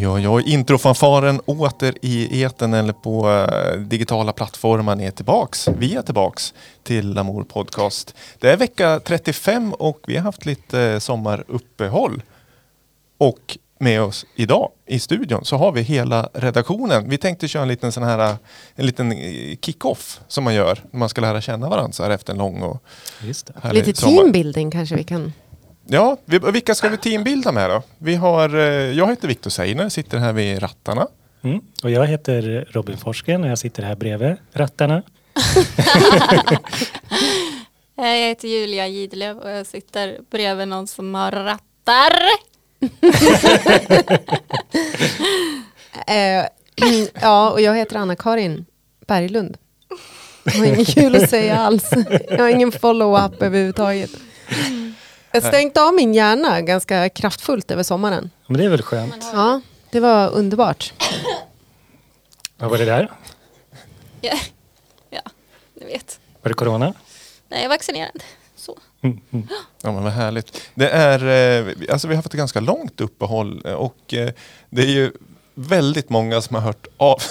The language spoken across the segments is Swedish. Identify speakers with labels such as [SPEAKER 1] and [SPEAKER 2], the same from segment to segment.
[SPEAKER 1] Oj. Introfanfaren åter i eten eller på digitala plattformar är tillbaks. Vi är tillbaks till Lamour Podcast. Det är vecka 35 och vi har haft lite sommaruppehåll. Och med oss idag i studion så har vi hela redaktionen. Vi tänkte köra en liten kick-off som man gör när man ska lära känna varandra så här efter en lång och
[SPEAKER 2] lite teambuilding kanske vi kan.
[SPEAKER 1] Ja, vilka ska vi teambilda med då? Vi har, jag heter Viktor Seiner, sitter här vid rattarna.
[SPEAKER 3] Och jag heter Robin Forsgren och jag sitter här bredvid rattarna.
[SPEAKER 4] Jag heter Julia Gidelöv och jag sitter bredvid någon som har rattar.
[SPEAKER 2] Ja, och jag heter Anna-Karin Berglund. Jag har inget kul att säga alls. Jag har ingen follow-up överhuvudtaget. Jag stängde av min hjärna ganska kraftfullt över sommaren.
[SPEAKER 3] Men det är väl skönt.
[SPEAKER 2] Ja, det var underbart.
[SPEAKER 3] Vad var det där?
[SPEAKER 4] Ja, du vet.
[SPEAKER 3] Var det corona?
[SPEAKER 4] Nej, jag är vaccinerad. Så.
[SPEAKER 1] Ja, men vad härligt. Det är, alltså vi har fått ett ganska långt uppehåll och det är ju väldigt många som har hört av.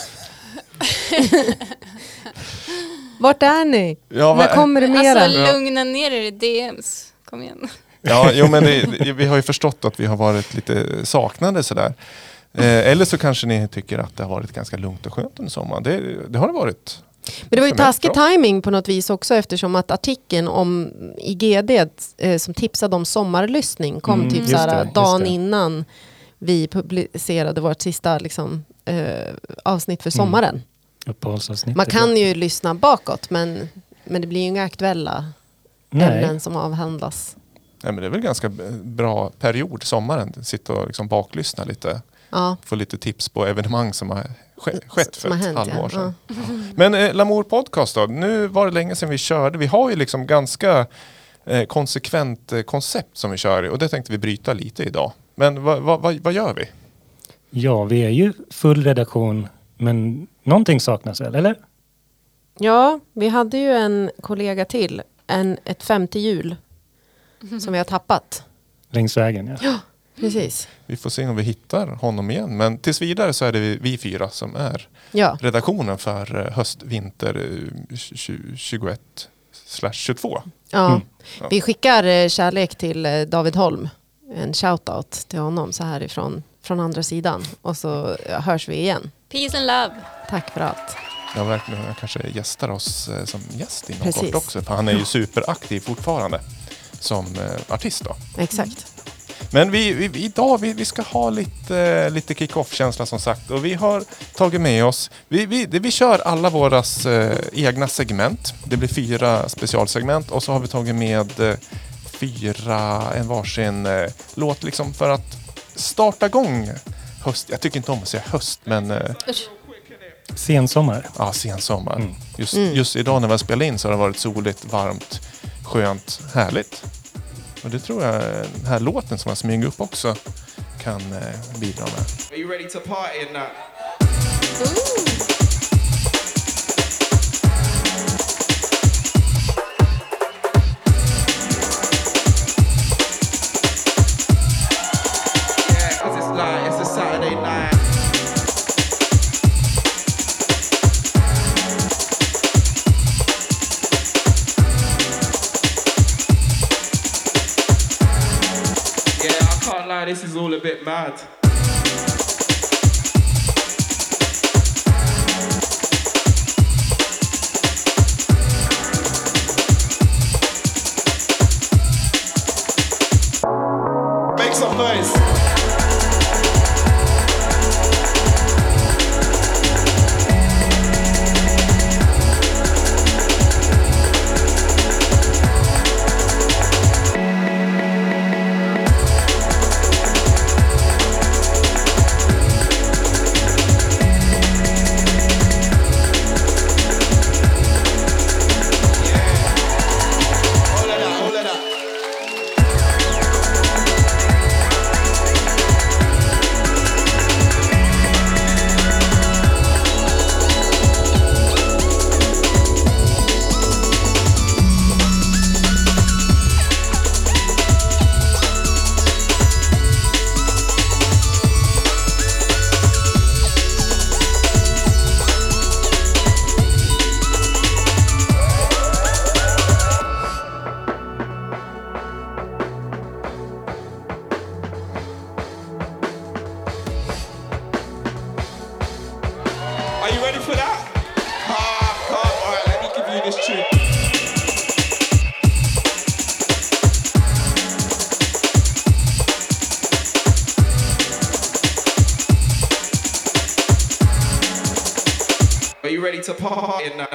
[SPEAKER 2] Vart är ni?
[SPEAKER 1] Ja,
[SPEAKER 2] när kommer det mera?
[SPEAKER 4] Alltså lugna ner er i DMs. Kom igen.
[SPEAKER 1] Ja, men vi har ju förstått att vi har varit lite saknade sådär. Eller så kanske ni tycker att det har varit ganska lugnt och skönt under sommaren. Det har det varit.
[SPEAKER 2] Men det var ju taskig timing på något vis också eftersom att artikeln om i GD som tipsade om sommarlyssning kom typ dagen innan vi publicerade vårt sista avsnitt för sommaren. Man kan ju lyssna bakåt men det blir ju inga aktuella ämnen som avhandlas.
[SPEAKER 1] Nej, men det är väl ganska bra period sommaren. Sitta och baklyssna lite. Ja. Få lite tips på evenemang som har skett för ett halvår sedan. Ja. Men Lamour Podcast då. Nu var det länge sedan vi körde. Vi har ju ganska konsekvent koncept som vi kör i. Och det tänkte vi bryta lite idag. Men vad gör vi?
[SPEAKER 3] Ja, vi är ju full redaktion. Men någonting saknas väl, eller?
[SPEAKER 2] Ja, vi hade ju en kollega till. Ett 5:e hjul. Som vi har tappat.
[SPEAKER 3] Längs vägen,
[SPEAKER 2] ja. Precis.
[SPEAKER 1] Vi får se om vi hittar honom igen. Men tills vidare så är det vi fyra som är redaktionen för höst-vinter 21/22.
[SPEAKER 2] Ja, vi skickar kärlek till David Holm. En shoutout till honom så här från andra sidan. Och så hörs vi igen.
[SPEAKER 4] Peace and love.
[SPEAKER 2] Tack för allt.
[SPEAKER 1] Ja, verkligen. Jag kanske gästar oss som gäst inom kort också. För han är ju superaktiv fortfarande som artist då.
[SPEAKER 2] Exakt.
[SPEAKER 1] Men idag vi ska ha lite kick-off-känsla som sagt. Och vi har tagit med oss, vi kör alla våras egna segment. Det blir 4 specialsegment och så har vi tagit med 4 en varsin låt för att starta igång höst. Jag tycker inte om att säga höst, men
[SPEAKER 3] sensommar.
[SPEAKER 1] Ja, sensommar. Just idag när vi spelar in så har det varit soligt, varmt, skönt, härligt. Och det tror jag den här låten som jag smyger upp också kan bidra med.
[SPEAKER 5] Are you ready to party in that? Yeah, 'cause it's a Saturday night. This is all a bit mad. Make some noise. review this tune. Are you ready to party now?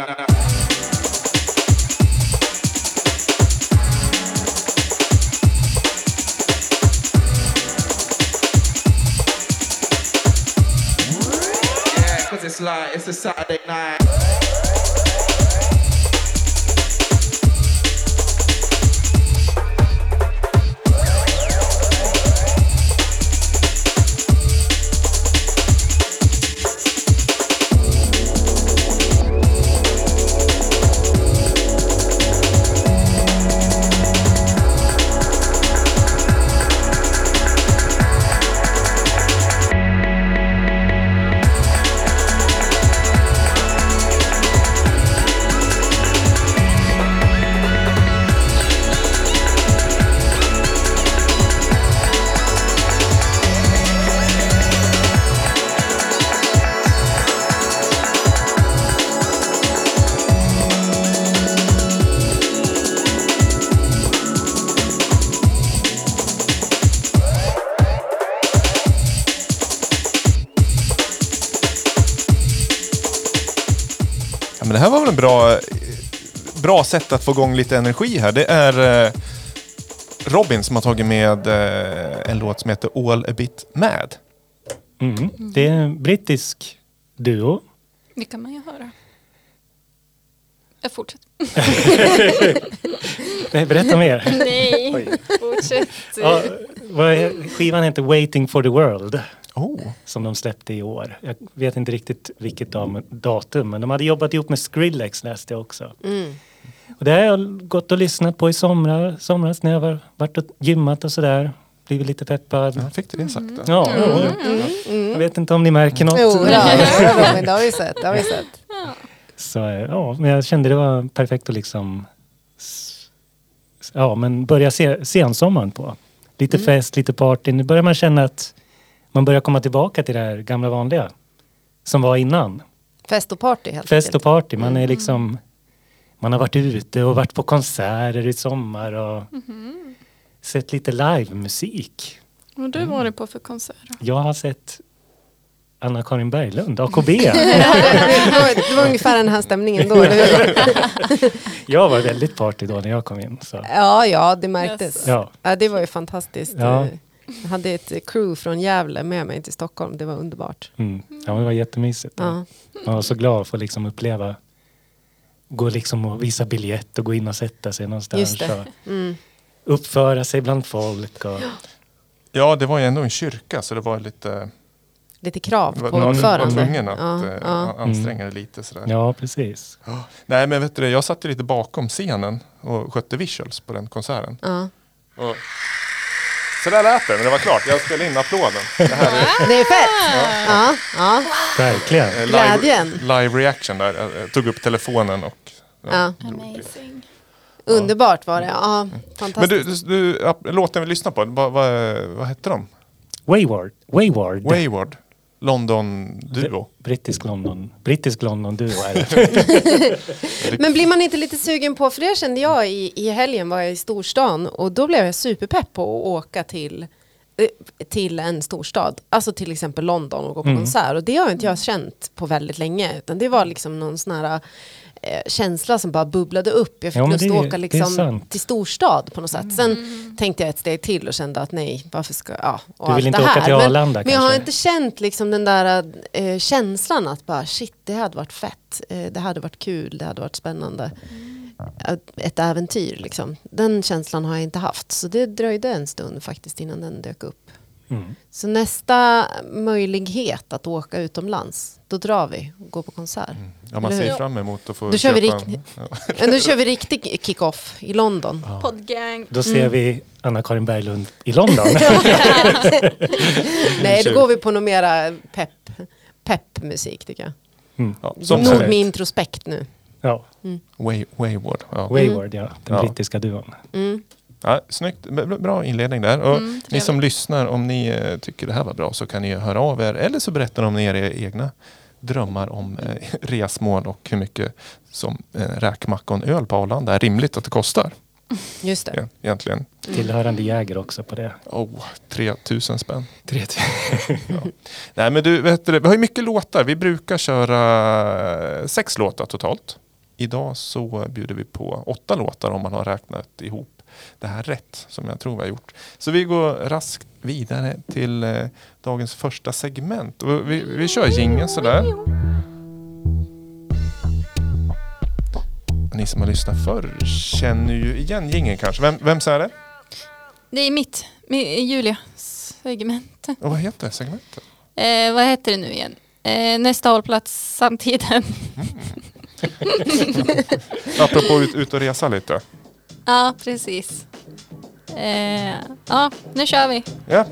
[SPEAKER 5] Yeah, 'cause it's a Saturday night.
[SPEAKER 1] Men det här var väl en bra sätt att få igång lite energi här. Det är Robin som har tagit med en låt som heter All a bit mad.
[SPEAKER 3] Det är en brittisk duo.
[SPEAKER 4] Det kan man ju höra. Jag fortsätter.
[SPEAKER 3] Nej, berätta mer.
[SPEAKER 4] Nej, fortsätt.
[SPEAKER 3] Ja, skivan heter Waiting for the World.
[SPEAKER 1] Oh.
[SPEAKER 3] Som de släppte i år. Jag vet inte riktigt vilket datum. Men de hade jobbat ihop med Skrillex, läste jag också. Och det har jag gått och lyssnat på i somras när jag varit och gymmat och sådär. Blivit lite peppad.
[SPEAKER 1] Ja, fick du det sagt då?
[SPEAKER 3] Ja. Jag vet inte om ni märker något.
[SPEAKER 2] Jo, det har vi sett.
[SPEAKER 3] Så ja, men jag kände det var perfekt att liksom men börja sensommaren på. Lite fest, lite party. Nu börjar man känna att man börjar komma tillbaka till det här gamla vanliga som var innan.
[SPEAKER 2] Fest och party helt
[SPEAKER 3] Fest och party. Man är liksom, man har varit ute och varit på konserter i sommar och sett lite live-musik.
[SPEAKER 4] Och du var det på för konserter?
[SPEAKER 3] Jag har sett Anna-Karin Berglund, AKB.
[SPEAKER 2] Det var ungefär den här stämningen då, eller hur?
[SPEAKER 3] Jag var väldigt party då när jag kom in. Så.
[SPEAKER 2] Ja, det märktes.
[SPEAKER 4] Yes.
[SPEAKER 2] Ja, det var ju fantastiskt.
[SPEAKER 3] Ja.
[SPEAKER 2] Jag hade ett crew från Gävle med mig till Stockholm. Det var underbart.
[SPEAKER 3] Ja, det var jättemysigt.
[SPEAKER 2] Ja.
[SPEAKER 3] Man var så glad att få liksom uppleva, gå liksom och visa biljett och gå in och sätta sig någonstans.
[SPEAKER 2] Just det.
[SPEAKER 3] Uppföra sig bland folk. Och...
[SPEAKER 1] Ja, det var ju ändå en kyrka så det var
[SPEAKER 2] Lite krav på
[SPEAKER 1] någon var
[SPEAKER 2] uppförande.
[SPEAKER 1] tvungen att anstränga det lite sådär.
[SPEAKER 3] Ja, precis.
[SPEAKER 1] Nej, men vet du, jag satt ju lite bakom scenen och skötte visuals på den konserten.
[SPEAKER 2] Ja.
[SPEAKER 1] Och så där lät det när det var klart. Jag spelade in applåden. Det här är
[SPEAKER 2] Det är fett! Ja.
[SPEAKER 3] Verkligen.
[SPEAKER 2] Glädjen.
[SPEAKER 1] Live reaction där. Jag tog upp telefonen och...
[SPEAKER 2] Ja.
[SPEAKER 4] Amazing.
[SPEAKER 2] Underbart var det. Ja,
[SPEAKER 1] Men
[SPEAKER 2] fantastiskt.
[SPEAKER 1] du låten vi lyssnar på, vad hette de?
[SPEAKER 3] Wayward.
[SPEAKER 1] London Duo.
[SPEAKER 3] Brittisk London Duo är det.
[SPEAKER 2] Men blir man inte lite sugen på, för det kände jag i helgen var jag i storstan och då blev jag superpepp på att åka till en storstad. Alltså till exempel London och gå på konsert. Och det har inte jag känt på väldigt länge. Utan det var liksom någon sån här känsla som bara bubblade upp. Jag fick lust att åka liksom till storstad på något sätt. Sen tänkte jag ett steg till och kände att nej, varför ska jag...
[SPEAKER 3] Du vill inte åka till Arlanda
[SPEAKER 2] men jag har inte känt liksom den där känslan att bara shit, det hade varit fett. Det hade varit kul, det hade varit spännande. Ett äventyr liksom. Den känslan har jag inte haft. Så det dröjde en stund faktiskt innan den dök upp. Så nästa möjlighet att åka utomlands, då drar vi och går på konsert.
[SPEAKER 1] Ja, man ser fram emot att få
[SPEAKER 2] då kör vi riktig kick-off i London.
[SPEAKER 4] Podgang.
[SPEAKER 3] Då ser vi Anna-Karin Berglund i London.
[SPEAKER 2] Nej, då går vi på något mera pepp-musik tycker jag.
[SPEAKER 1] Ja,
[SPEAKER 2] Nog med introspekt nu.
[SPEAKER 3] Ja.
[SPEAKER 1] Wayward. Ja.
[SPEAKER 3] Wayward, den brittiska duon.
[SPEAKER 1] Ja, snyggt. Bra inledning där. Och ni som lyssnar, om ni tycker det här var bra så kan ni höra av er. Eller så berättar om ni era egna drömmar om resmål och hur mycket som räkmacka och en öl på Arlanda är rimligt att det kostar.
[SPEAKER 2] Just det.
[SPEAKER 1] Egentligen.
[SPEAKER 3] Tillhörande jäger också på det.
[SPEAKER 1] 3000 spänn.
[SPEAKER 3] 3000.
[SPEAKER 1] Ja. Nej men du, vet du, vi har ju mycket låtar. Vi brukar köra 6 låtar totalt. Idag så bjuder vi på 8 låtar om man har räknat ihop det här rätt som jag tror vi har gjort. Så vi går raskt vidare till dagens första segment. Och vi kör jingeln sådär. Ni som har lyssnat förr känner ju igen jingeln kanske. Vem säger det?
[SPEAKER 4] Det är mitt Julia segment.
[SPEAKER 1] Och vad heter segmentet?
[SPEAKER 4] Vad heter det nu igen? Nästa hållplats samtiden.
[SPEAKER 1] Apropå ut och resa lite.
[SPEAKER 4] Ja, precis. Ja, nu kör vi.
[SPEAKER 1] Ja.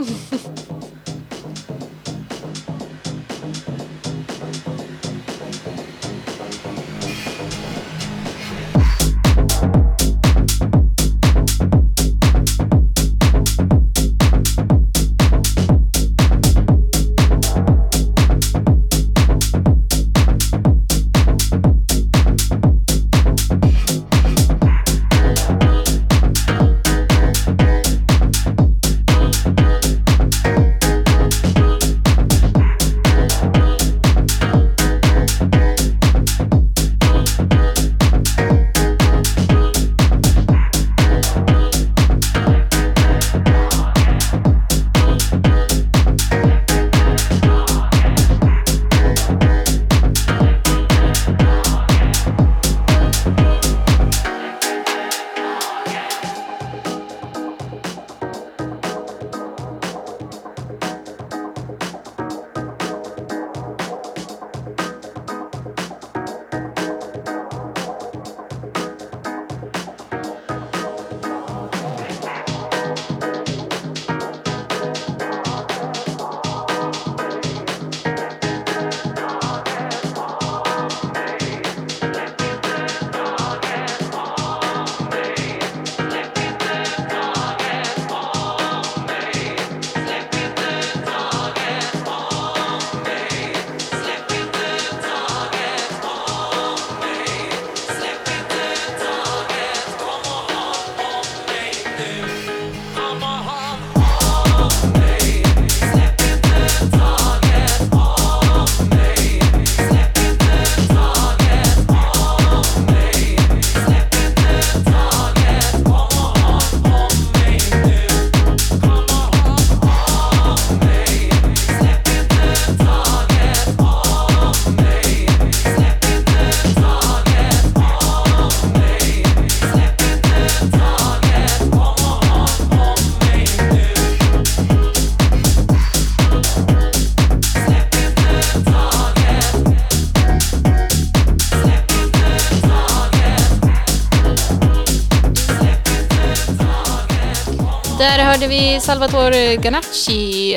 [SPEAKER 4] Där hörde vi Salvatore Ganacci,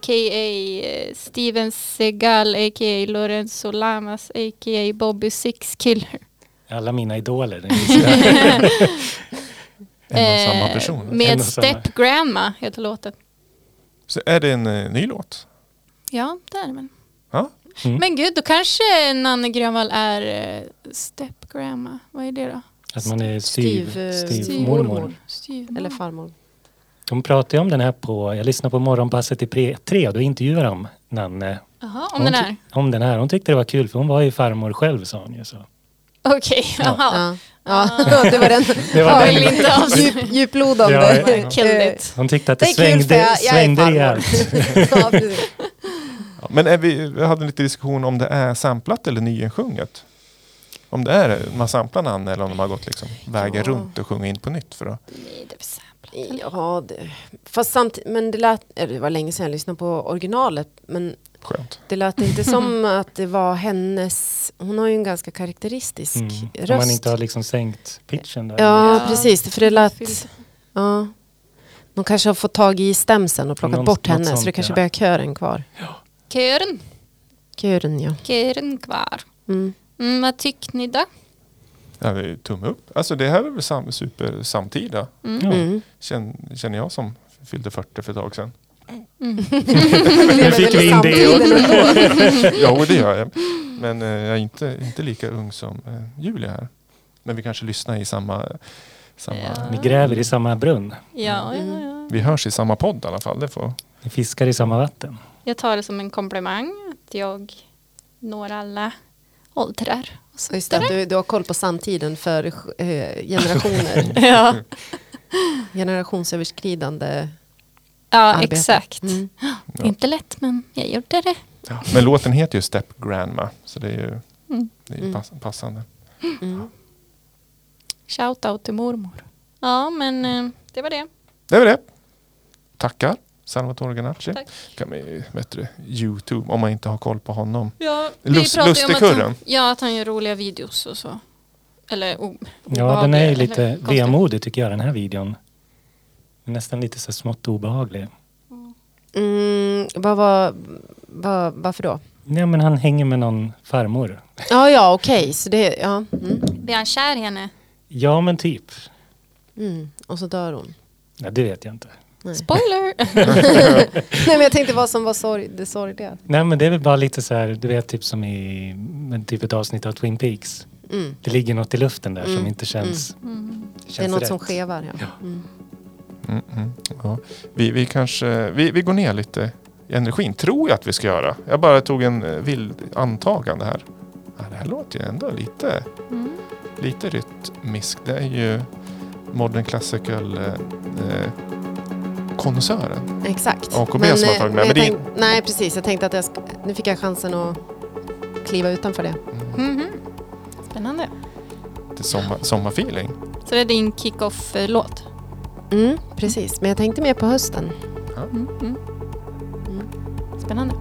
[SPEAKER 4] a.k.a. Steven Seagal, a.k.a. Lorenzo Lamas, a.k.a. Bobby Six Killer.
[SPEAKER 3] Alla mina idoler.
[SPEAKER 1] En och samma person.
[SPEAKER 4] Med Step Grandma heter låten.
[SPEAKER 1] Så är det en ny låt?
[SPEAKER 4] Ja, det är det väl.
[SPEAKER 1] Ja.
[SPEAKER 4] Mm. Men gud, då kanske Nanne Grönvall är Step Grandma. Vad är det då?
[SPEAKER 3] Att man är styvmormor.
[SPEAKER 2] Eller farmor.
[SPEAKER 3] De pratade om den här jag lyssnade på morgonpasset i P3 och då intervjuade de Nanne.
[SPEAKER 4] Jaha, om den här?
[SPEAKER 3] Om den här. Hon tyckte det var kul för hon var ju farmor själv, sa hon ju så.
[SPEAKER 4] Okej, jaha.
[SPEAKER 2] Ja, det var den.
[SPEAKER 3] Det var den.
[SPEAKER 2] Djuplodande.
[SPEAKER 3] Hon tyckte att det svängde rejält.
[SPEAKER 1] Men vi hade lite diskussion om det är samplat eller nyinsjunget. Om det är man samplar Nanne eller om de har gått liksom vägen runt och sjunga in på nytt för att...
[SPEAKER 4] Nej, det är samplat.
[SPEAKER 2] Ja, fast samtidigt, men det var länge sedan jag lyssnade på originalet, men
[SPEAKER 1] skönt.
[SPEAKER 2] Det lät inte som att det var hennes, hon har ju en ganska karaktäristisk röst.
[SPEAKER 3] Om man inte har liksom sänkt pitchen där.
[SPEAKER 2] Ja, precis, för det lät, ja. De kanske har fått tag i stämsen och plockat bort henne, sånt, så det kanske blir kören kvar.
[SPEAKER 4] Ja. Kören,
[SPEAKER 2] ja.
[SPEAKER 4] Kören kvar. Vad tycker ni då?
[SPEAKER 1] Ja, det är tumme upp. Alltså det här är väl super samtida. Känner jag som fyllde 40 för ett tag sedan.
[SPEAKER 3] Nu fick vi in det.
[SPEAKER 1] Ja, det gör jag. Men jag är inte lika ung som Julia här. Men vi kanske lyssnar i samma...
[SPEAKER 3] Ni gräver i samma brunn.
[SPEAKER 4] Ja.
[SPEAKER 1] Vi hörs i samma podd i alla fall.
[SPEAKER 3] Ni fiskar i samma vatten.
[SPEAKER 4] Jag tar det som en komplimang att jag når alla åldrar.
[SPEAKER 2] Så just det, du har koll på samtiden för generationer.
[SPEAKER 4] Ja.
[SPEAKER 2] Generationsöverskridande
[SPEAKER 4] arbete. Exakt.
[SPEAKER 1] Ja.
[SPEAKER 4] Inte lätt, men jag gjorde det.
[SPEAKER 1] Ja. Men låten heter ju Step Grandma. Så det är ju passande.
[SPEAKER 4] Shout out till mormor. Ja, men det var det.
[SPEAKER 1] Det var det. Tackar Salvatore Ganacci.
[SPEAKER 4] Tack.
[SPEAKER 1] Kan man ju, YouTube om man inte har koll på honom.
[SPEAKER 4] Ja,
[SPEAKER 1] Lustigkurren.
[SPEAKER 4] Att han gör roliga videos och så. Eller
[SPEAKER 3] ja, den är ju lite vemodig tycker jag, den här videon. Nästan lite så smått obehaglig.
[SPEAKER 2] Varför då?
[SPEAKER 3] Nej, men han hänger med någon farmor.
[SPEAKER 2] Ja, okej. Så det,
[SPEAKER 4] Blir han kär i henne?
[SPEAKER 3] Ja, men typ.
[SPEAKER 2] Och så dör hon.
[SPEAKER 3] Ja, det vet jag inte.
[SPEAKER 2] Nej.
[SPEAKER 4] Spoiler!
[SPEAKER 2] Nej, men jag tänkte vad som var det sorgliga.
[SPEAKER 3] Nej, men det är väl bara lite så här, du vet, typ som i typ ett avsnitt av Twin Peaks. Det ligger något i luften där som inte känns
[SPEAKER 2] Det är något
[SPEAKER 3] rätt.
[SPEAKER 2] som skevar, ja.
[SPEAKER 1] Ja. Vi kanske vi går ner lite i energin, tror jag att vi ska göra. Jag bara tog en vild antagande här. Ja, det här låter ju ändå lite rytmisk. Det är ju Modern Classical konnässören.
[SPEAKER 2] Exakt.
[SPEAKER 1] AKB som har tagit med.
[SPEAKER 2] Nej, precis. Jag tänkte att nu fick jag chansen att kliva utanför det.
[SPEAKER 4] Spännande.
[SPEAKER 1] Det är sommarfeeling.
[SPEAKER 4] Så det är din kick-off-låt?
[SPEAKER 2] Precis, men jag tänkte mer på hösten.
[SPEAKER 4] Spännande.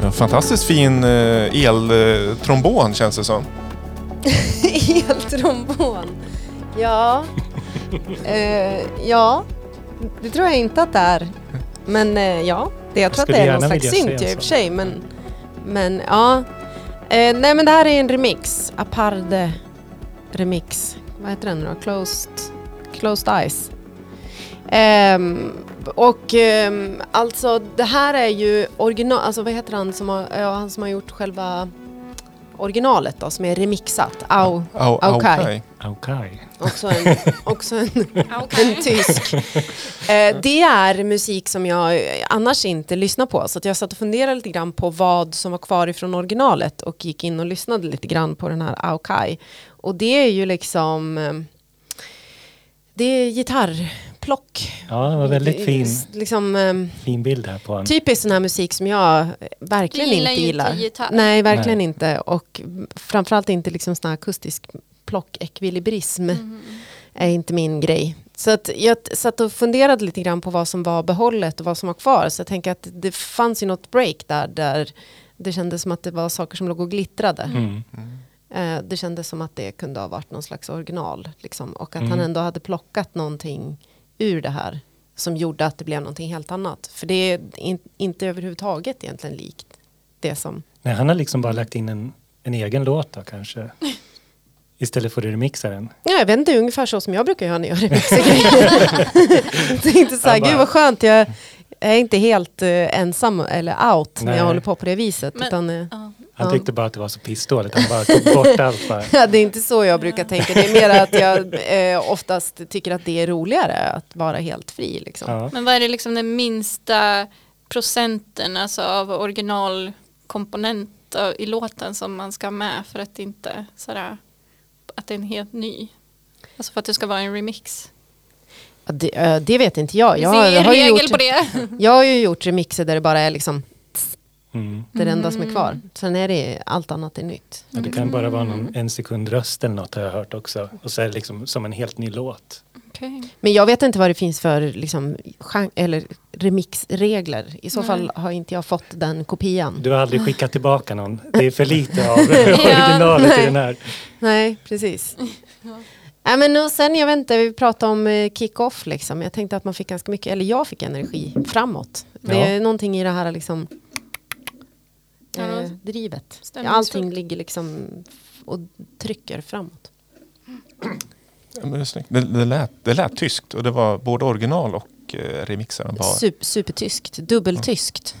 [SPEAKER 1] Fantastiskt fin eltrombon känns det som.
[SPEAKER 2] Eltrombon. Ja. Ja. Det tror jag inte att det är. Men ja. Jag tror att det är någon slags synt i och för sig. Men ja. Nej men det här är en remix. Aparde remix. Vad heter den då? Closed Eyes. Alltså det här är ju original, alltså vad heter han han som har gjort själva originalet då, som är remixat. Aukai. Också en tysk. Det är musik som jag annars inte lyssnar på, så att jag satt och funderade lite grann på vad som var kvar ifrån originalet och gick in och lyssnade lite grann på den här Aukai. Och det är ju liksom det är gitarrplock.
[SPEAKER 3] Ja, det var väldigt fin.
[SPEAKER 2] Liksom,
[SPEAKER 3] fin bild här på en.
[SPEAKER 2] Typiskt sån här musik som jag verkligen inte gillar. Nej, verkligen inte. Och framförallt inte liksom sån här akustisk plockekvilibrism är inte min grej. Så att jag satt och funderade lite grann på vad som var behållet och vad som var kvar. Så jag tänker att det fanns ju något break där det kändes som att det var saker som låg och glittrade. Det kändes som att det kunde ha varit någon slags original. Liksom, och att han ändå hade plockat någonting ur det här som gjorde att det blev någonting helt annat. För det är inte överhuvudtaget egentligen likt det som...
[SPEAKER 3] Nej, han har liksom bara lagt in en egen låt då, kanske. Istället för att remixa den.
[SPEAKER 2] Ja, jag vet inte, ungefär så som jag brukar göra när jag remixar grejer. Det är inte så här, gud vad skönt, jag är inte helt ensam eller out när jag håller på det viset.
[SPEAKER 4] Men,
[SPEAKER 3] han tyckte bara att det var så pissdåligt. Han bara tog bort allt.
[SPEAKER 2] Ja, det är inte så jag brukar tänka. Det är mer att jag oftast tycker att det är roligare att vara helt fri. Liksom.
[SPEAKER 3] Ja.
[SPEAKER 4] Men vad är det liksom den minsta procenten alltså, av originalkomponent i låten som man ska ha med för att inte sådär, att det är en helt ny? Alltså för att det ska vara en remix.
[SPEAKER 2] Ja, det vet inte jag. Jag har ju gjort remixer där det bara är liksom det enda som är kvar. Sen är det allt annat är nytt.
[SPEAKER 3] Ja, det kan bara vara en sekund röst eller något har jag hört också. Och så är det liksom som en helt ny låt.
[SPEAKER 4] Okay.
[SPEAKER 2] Men jag vet inte vad det finns för liksom, eller remixregler. I så fall har inte jag fått den kopian.
[SPEAKER 3] Du har aldrig skickat tillbaka någon. Det är för lite av originalet i den här.
[SPEAKER 2] Nej, precis. Ja, men och sen, jag vet inte, vi pratade om kick-off liksom. Jag tänkte att man fick ganska mycket, eller jag fick energi framåt. Det är någonting i det här liksom drivet. Allting ligger liksom och trycker framåt.
[SPEAKER 1] Ja, men det lät tyskt och det var både original och remixaren var
[SPEAKER 2] supertyskt, dubbeltyskt.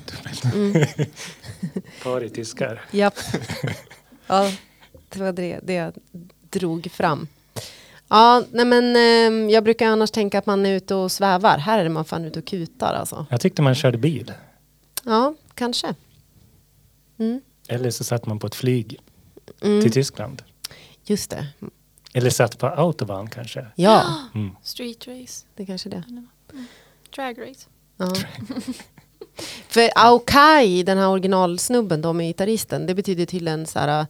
[SPEAKER 3] Par i tyskar.
[SPEAKER 2] Japp. Ja, det var det jag drog fram. Ja, nej men jag brukar annars tänka att man är ute och svävar. Här är det man fan ute och kutar alltså.
[SPEAKER 3] Jag tyckte man körde bil.
[SPEAKER 2] Ja, kanske.
[SPEAKER 3] Eller så satt man på ett flyg till Tyskland.
[SPEAKER 2] Just det.
[SPEAKER 3] Eller satt på autobahn kanske.
[SPEAKER 2] Ja.
[SPEAKER 4] Street race.
[SPEAKER 2] Det är kanske det.
[SPEAKER 4] Drag race.
[SPEAKER 2] Ja. För Aukai, den här originalsnubben då med gitarristen, det betyder till en så här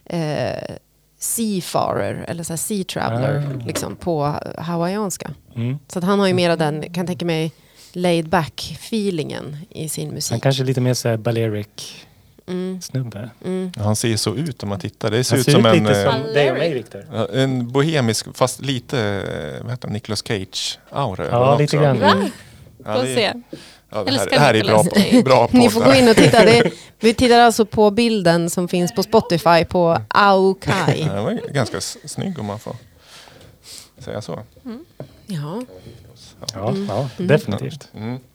[SPEAKER 2] seafarer eller så här sea traveler liksom på hawaiianska. Så att han har ju mera den, kan tänka mig, laid back feelingen i sin musik.
[SPEAKER 3] Han kanske lite mer så här Balearic snubbe.
[SPEAKER 1] Han ser så ut om man tittar. Det ser
[SPEAKER 3] han
[SPEAKER 1] ut
[SPEAKER 3] ser
[SPEAKER 1] som
[SPEAKER 3] ut
[SPEAKER 1] en
[SPEAKER 3] lite som dig och mig, Victor.
[SPEAKER 1] En bohemisk, fast lite vad heter han, Nicolas Cage-aura.
[SPEAKER 3] Ja, lite grann.
[SPEAKER 1] Ja,
[SPEAKER 4] Får se.
[SPEAKER 1] Ja, det här är bra podd.
[SPEAKER 2] Ni får gå in och titta. Vi tittar alltså på bilden som finns på Spotify på Aukai.
[SPEAKER 1] Ja, det var ganska snygg om man får säga så.
[SPEAKER 2] Ja.
[SPEAKER 3] Ja, definitivt.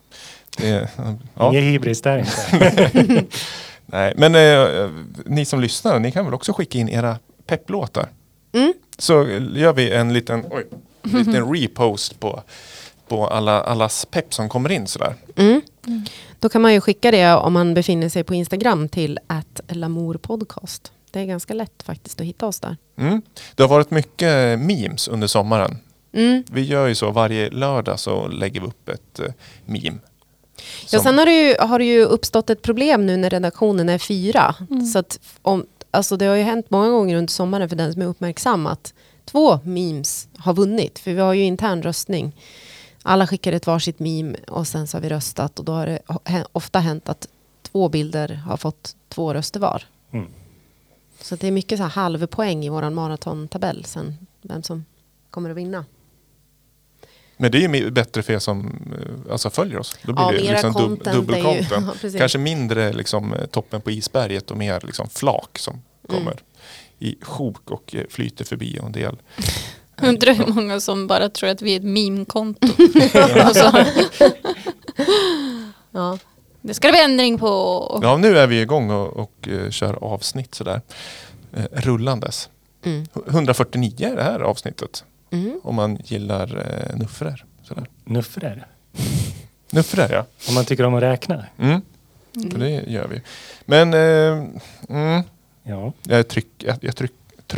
[SPEAKER 3] Inga hybris där inte.
[SPEAKER 1] Nej, men ni som lyssnar, ni kan väl också skicka in era pepplåtar. Så gör vi en liten repost på allas pepp som kommer in sådär.
[SPEAKER 2] Då kan man ju skicka det om man befinner sig på Instagram till @lamourpodcast. Det är ganska lätt faktiskt att hitta oss där.
[SPEAKER 1] Det har varit mycket memes under sommaren. Vi gör ju så, varje lördag så lägger vi upp ett meme.
[SPEAKER 2] Ja, sen har det ju uppstått ett problem nu när redaktionen är 4. Så att alltså det har ju hänt många gånger under sommaren för den som är uppmärksam att 2 memes har vunnit. För vi har ju intern röstning. Alla skickar ett varsitt meme och sen så har vi röstat och då har det ofta hänt att 2 bilder har fått 2 röster var. Så det är mycket så här halvpoäng i våran maratontabell sen vem som kommer att vinna.
[SPEAKER 1] Men det är ju bättre för er som alltså följer oss. Då blir det liksom dubbelcontent. Kanske mindre liksom, toppen på isberget och mer liksom, flak som kommer i sjok och flyter förbi och en del.
[SPEAKER 4] Undrar hur många som bara tror att vi är ett meme-konto.
[SPEAKER 2] Ja.
[SPEAKER 4] Det ska det bli ändring på.
[SPEAKER 1] Ja, nu är vi igång och kör avsnitt sådär. Rullandes. 149 är det här avsnittet. Om man gillar nuffror. Sådär.
[SPEAKER 3] Nuffror?
[SPEAKER 1] Nuffror, ja.
[SPEAKER 3] Om man tycker om att räkna.
[SPEAKER 1] För det gör vi. Men
[SPEAKER 3] ja.
[SPEAKER 1] jag tryck.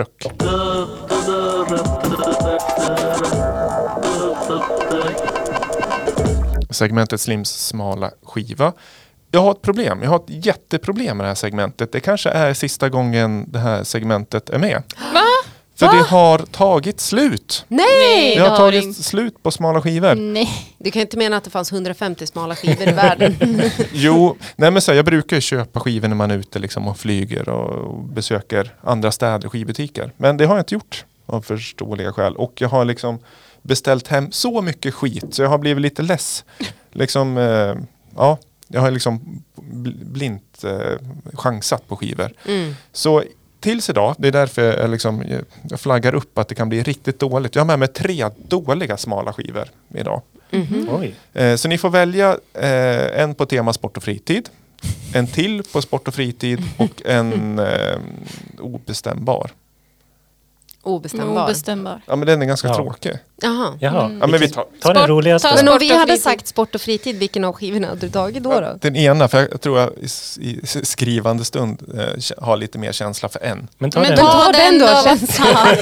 [SPEAKER 1] Segmentet Slims smala skiva. Jag har ett problem. Jag har ett jätteproblem med det här segmentet. Det kanske är sista gången det här segmentet är med.
[SPEAKER 4] Va?
[SPEAKER 1] För det har tagit slut.
[SPEAKER 2] Nej!
[SPEAKER 1] Det har tagit slut på smala skivor.
[SPEAKER 4] Nej.
[SPEAKER 2] Du kan inte mena att det fanns 150 smala skivor i världen.
[SPEAKER 1] Jo, nej men så här, jag brukar ju köpa skivor när man är ute liksom och flyger och besöker andra städer och skivbutiker. Men det har jag inte gjort av förståeliga skäl. Och jag har liksom beställt hem så mycket skit så jag har blivit lite less. Liksom, ja, jag har liksom blint chansat på skivor. Så tills idag, det är därför jag flaggar upp att det kan bli riktigt dåligt. Jag har med mig 3 dåliga smala skivor idag.
[SPEAKER 3] Oj.
[SPEAKER 1] Så ni får välja en på tema sport och fritid, en till på sport och fritid och en obestämbar.
[SPEAKER 2] Obestämbar.
[SPEAKER 1] Ja, men den är ganska tråkig.
[SPEAKER 2] Jaha.
[SPEAKER 3] Jaha.
[SPEAKER 1] Ja, men vi tar
[SPEAKER 3] den roligaste.
[SPEAKER 2] Men om vi hade
[SPEAKER 4] fritid.
[SPEAKER 2] sagt sport och fritid, vilken av skivorna hade du tagit då?
[SPEAKER 1] Den ena, för jag tror jag i skrivande stund har lite mer känsla för en.
[SPEAKER 3] Men ta
[SPEAKER 4] Men
[SPEAKER 3] den.
[SPEAKER 2] ta den då,
[SPEAKER 4] vad
[SPEAKER 2] känns
[SPEAKER 4] fan.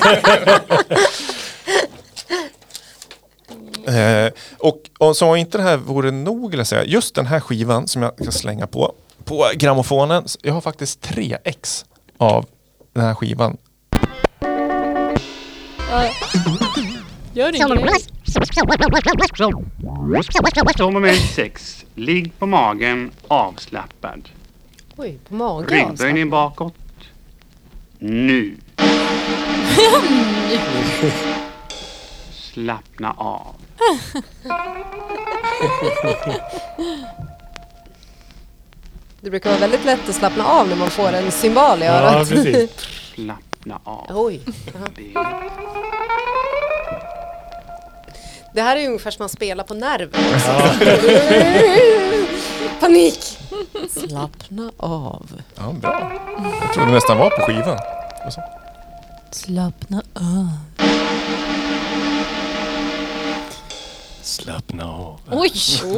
[SPEAKER 1] Och så inte det här vore nog, vill jag säga. Just den här skivan som jag ska slänga på grammofonen. Jag har faktiskt 3 ex av den här skivan.
[SPEAKER 4] Gör det inget.
[SPEAKER 6] Så moment 6. Ligg på magen, avslappad.
[SPEAKER 2] Oj, på magen.
[SPEAKER 6] Ryggböjning bakåt. Nu. Slappna av.
[SPEAKER 2] Det brukar vara väldigt lätt att slappna av när man får en symbol i
[SPEAKER 3] Ja,
[SPEAKER 2] örat.
[SPEAKER 3] precis.
[SPEAKER 6] Slappna av.
[SPEAKER 2] Oj. Det här är ju ungefär som man spelar på nerver. Panik. Slappna av.
[SPEAKER 1] Ja, bra. Jag trodde nästan var på skivan.
[SPEAKER 2] Slappna av.
[SPEAKER 3] Slappna av.
[SPEAKER 4] Oj!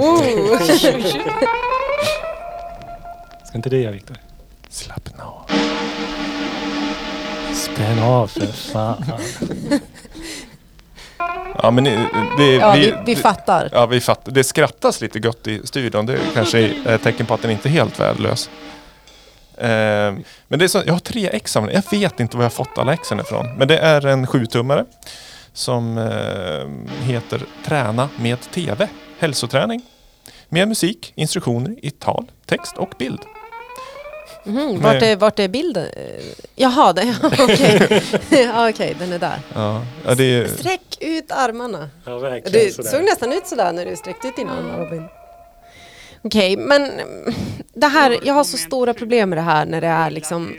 [SPEAKER 3] Ska inte det göra, Viktor?
[SPEAKER 1] Slappna av.
[SPEAKER 3] Spänn av för fan.
[SPEAKER 1] Ja, men
[SPEAKER 2] Vi fattar.
[SPEAKER 1] Ja, vi fattar. Det skrattas lite gott i studion. Det kanske är ett tecken på att den inte är helt värdelös. Men det är så, jag har 3 ex av den. Jag vet inte var jag fått alla exen ifrån. Men det är en 7-tummare som heter Träna med TV. Hälsoträning. Med musik, instruktioner i tal, text och bild.
[SPEAKER 2] Vart är bilden? Jaha, okej. Okej, den är där.
[SPEAKER 1] Ja, det är...
[SPEAKER 2] Sträck ut armarna.
[SPEAKER 3] Ja, verkligen.
[SPEAKER 2] Det såg nästan ut sådär när du sträckte ut dina armar, Robin. Okej, men det här, jag har så stora problem med det här när det är liksom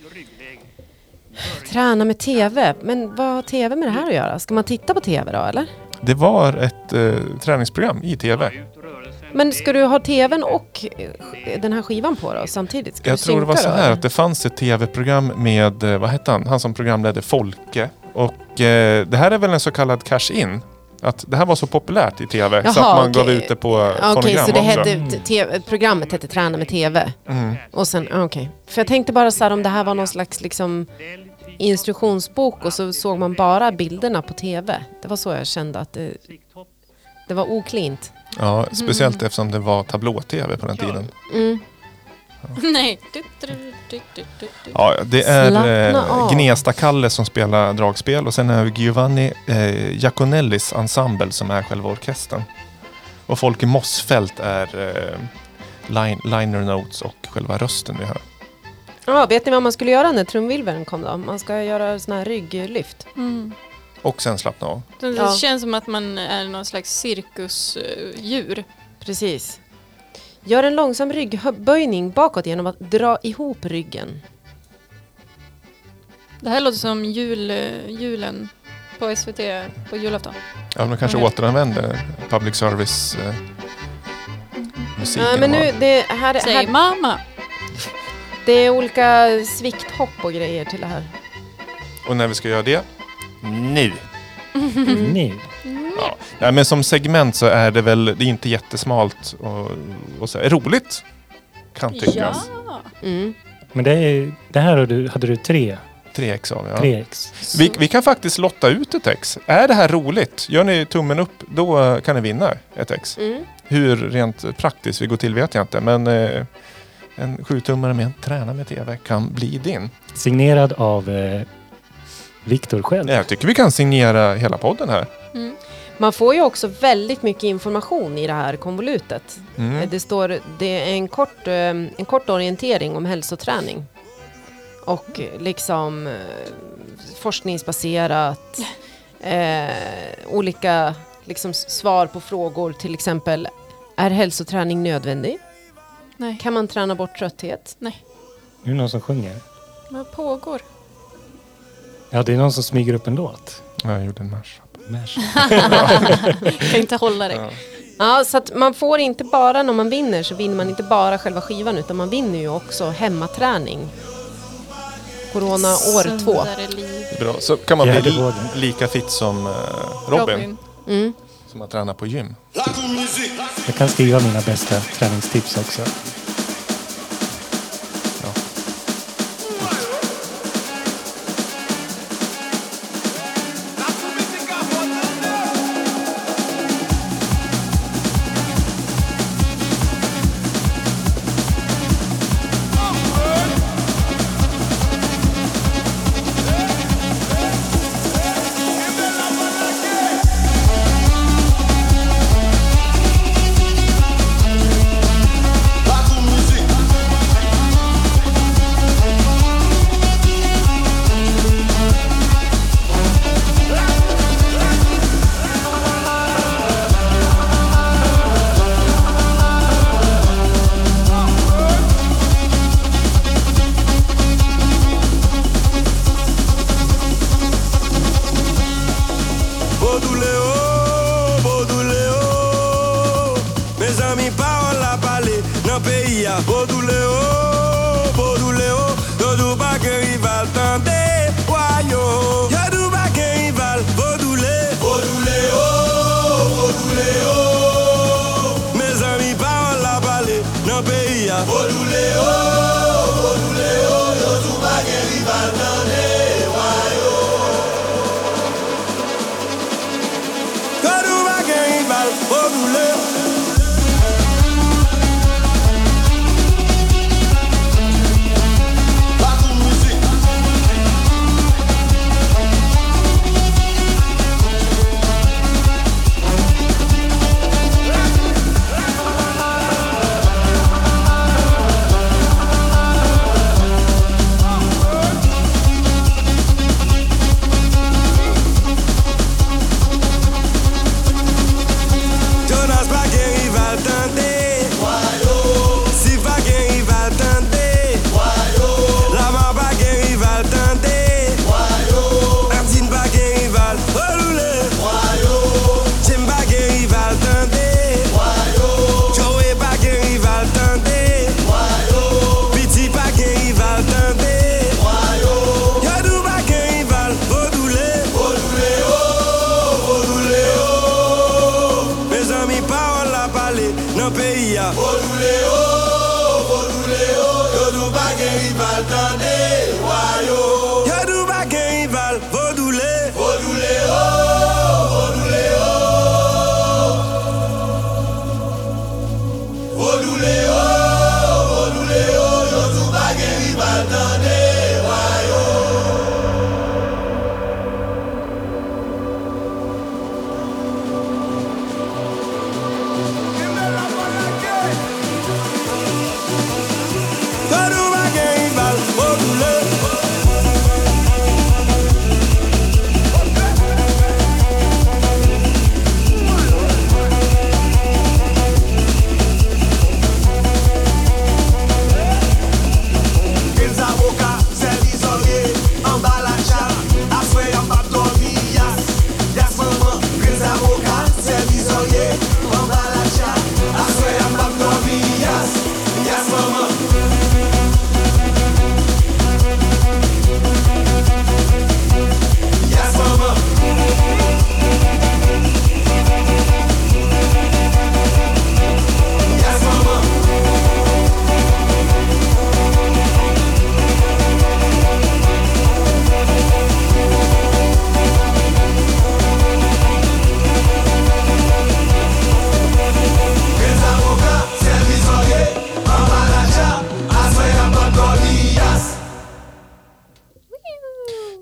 [SPEAKER 2] träna med TV. Men vad har TV med det här att göra? Ska man titta på TV då, eller?
[SPEAKER 1] Det var ett träningsprogram i TV.
[SPEAKER 2] Men ska du ha TVn och den här skivan på då samtidigt? Ska
[SPEAKER 1] Jag
[SPEAKER 2] du
[SPEAKER 1] tror det var
[SPEAKER 2] synka
[SPEAKER 1] så
[SPEAKER 2] då?
[SPEAKER 1] här att det fanns ett tv-program med, vad hette han? Han som programledde Folke. Och det här är väl en så kallad cash-in. Att det här var så populärt i TV.
[SPEAKER 2] Jaha,
[SPEAKER 1] så att man
[SPEAKER 2] okej.
[SPEAKER 1] gav ut det på fonogram
[SPEAKER 2] Okej, så det
[SPEAKER 1] också.
[SPEAKER 2] hette, programmet hette Träna med TV. Och sen, okej. För jag tänkte bara så här om det här var någon slags liksom instruktionsbok och så såg man bara bilderna på TV. Det var så jag kände att det var oklint.
[SPEAKER 1] Ja, speciellt eftersom det var tablå-tv på den tiden.
[SPEAKER 4] Nej.
[SPEAKER 1] Ja, det är
[SPEAKER 2] Slappna av.
[SPEAKER 1] Gnesta-Kalle som spelar dragspel och sen är det Giovanni Giaconellis ensemble som är själva orkestern. Och Folke Mossfält är liner notes och själva rösten vi hör.
[SPEAKER 2] Ja, vet ni vad man skulle göra när trumvirveln kom då? Man ska göra sån här rygglyft.
[SPEAKER 1] Och sen slappna av.
[SPEAKER 4] Det känns som att man är någon slags cirkusdjur.
[SPEAKER 2] Precis. Gör en långsam ryggböjning bakåt genom att dra ihop ryggen.
[SPEAKER 4] Det här låter som julen på SVT på julafton.
[SPEAKER 1] Ja, de kanske återanvänder public service musiken.
[SPEAKER 2] Ja, men nu,
[SPEAKER 4] Säg mamma!
[SPEAKER 2] Det är olika svikthopp och grejer till det här.
[SPEAKER 1] Och när vi ska göra det? Nu!
[SPEAKER 3] Nu.
[SPEAKER 1] Ja. Ja, men som segment så är det väl, det är inte jättesmalt och så roligt kan tyckas.
[SPEAKER 4] Ja.
[SPEAKER 3] Men det här hade du 3
[SPEAKER 1] 3x av, ja.
[SPEAKER 3] 3x.
[SPEAKER 1] Vi kan faktiskt lotta ut ett ex. Är det här roligt? Gör ni tummen upp, då kan ni vinna ett ex. Hur rent praktiskt vi går till vet jag inte. Men en 7-tummare med en träna med tv kan bli din.
[SPEAKER 3] Signerad av Viktor själv.
[SPEAKER 1] Jag tycker vi kan signera hela podden här.
[SPEAKER 2] Man får ju också väldigt mycket information i det här konvolutet. Det är en kort orientering om hälsoträning. Och liksom forskningsbaserat. Olika liksom svar på frågor. Till exempel, är hälsoträning nödvändig?
[SPEAKER 4] Nej.
[SPEAKER 2] Kan man träna bort trötthet?
[SPEAKER 4] Nej.
[SPEAKER 3] Är det någon som sjunger?
[SPEAKER 4] Vad pågår?
[SPEAKER 3] Ja, det är någon som smyger upp en låt.
[SPEAKER 1] Jag gjorde en mashup.
[SPEAKER 4] Kan inte hålla dig.
[SPEAKER 2] Ja, så att man får inte bara när man vinner så vinner man inte bara själva skivan utan man vinner ju också hemmaträning. Corona år 2.
[SPEAKER 1] Bra. Så kan man bli
[SPEAKER 3] vågen.
[SPEAKER 1] lika fit som Robin.
[SPEAKER 2] Mm.
[SPEAKER 1] Som att träna på gym.
[SPEAKER 3] Jag kan skriva mina bästa träningstips också.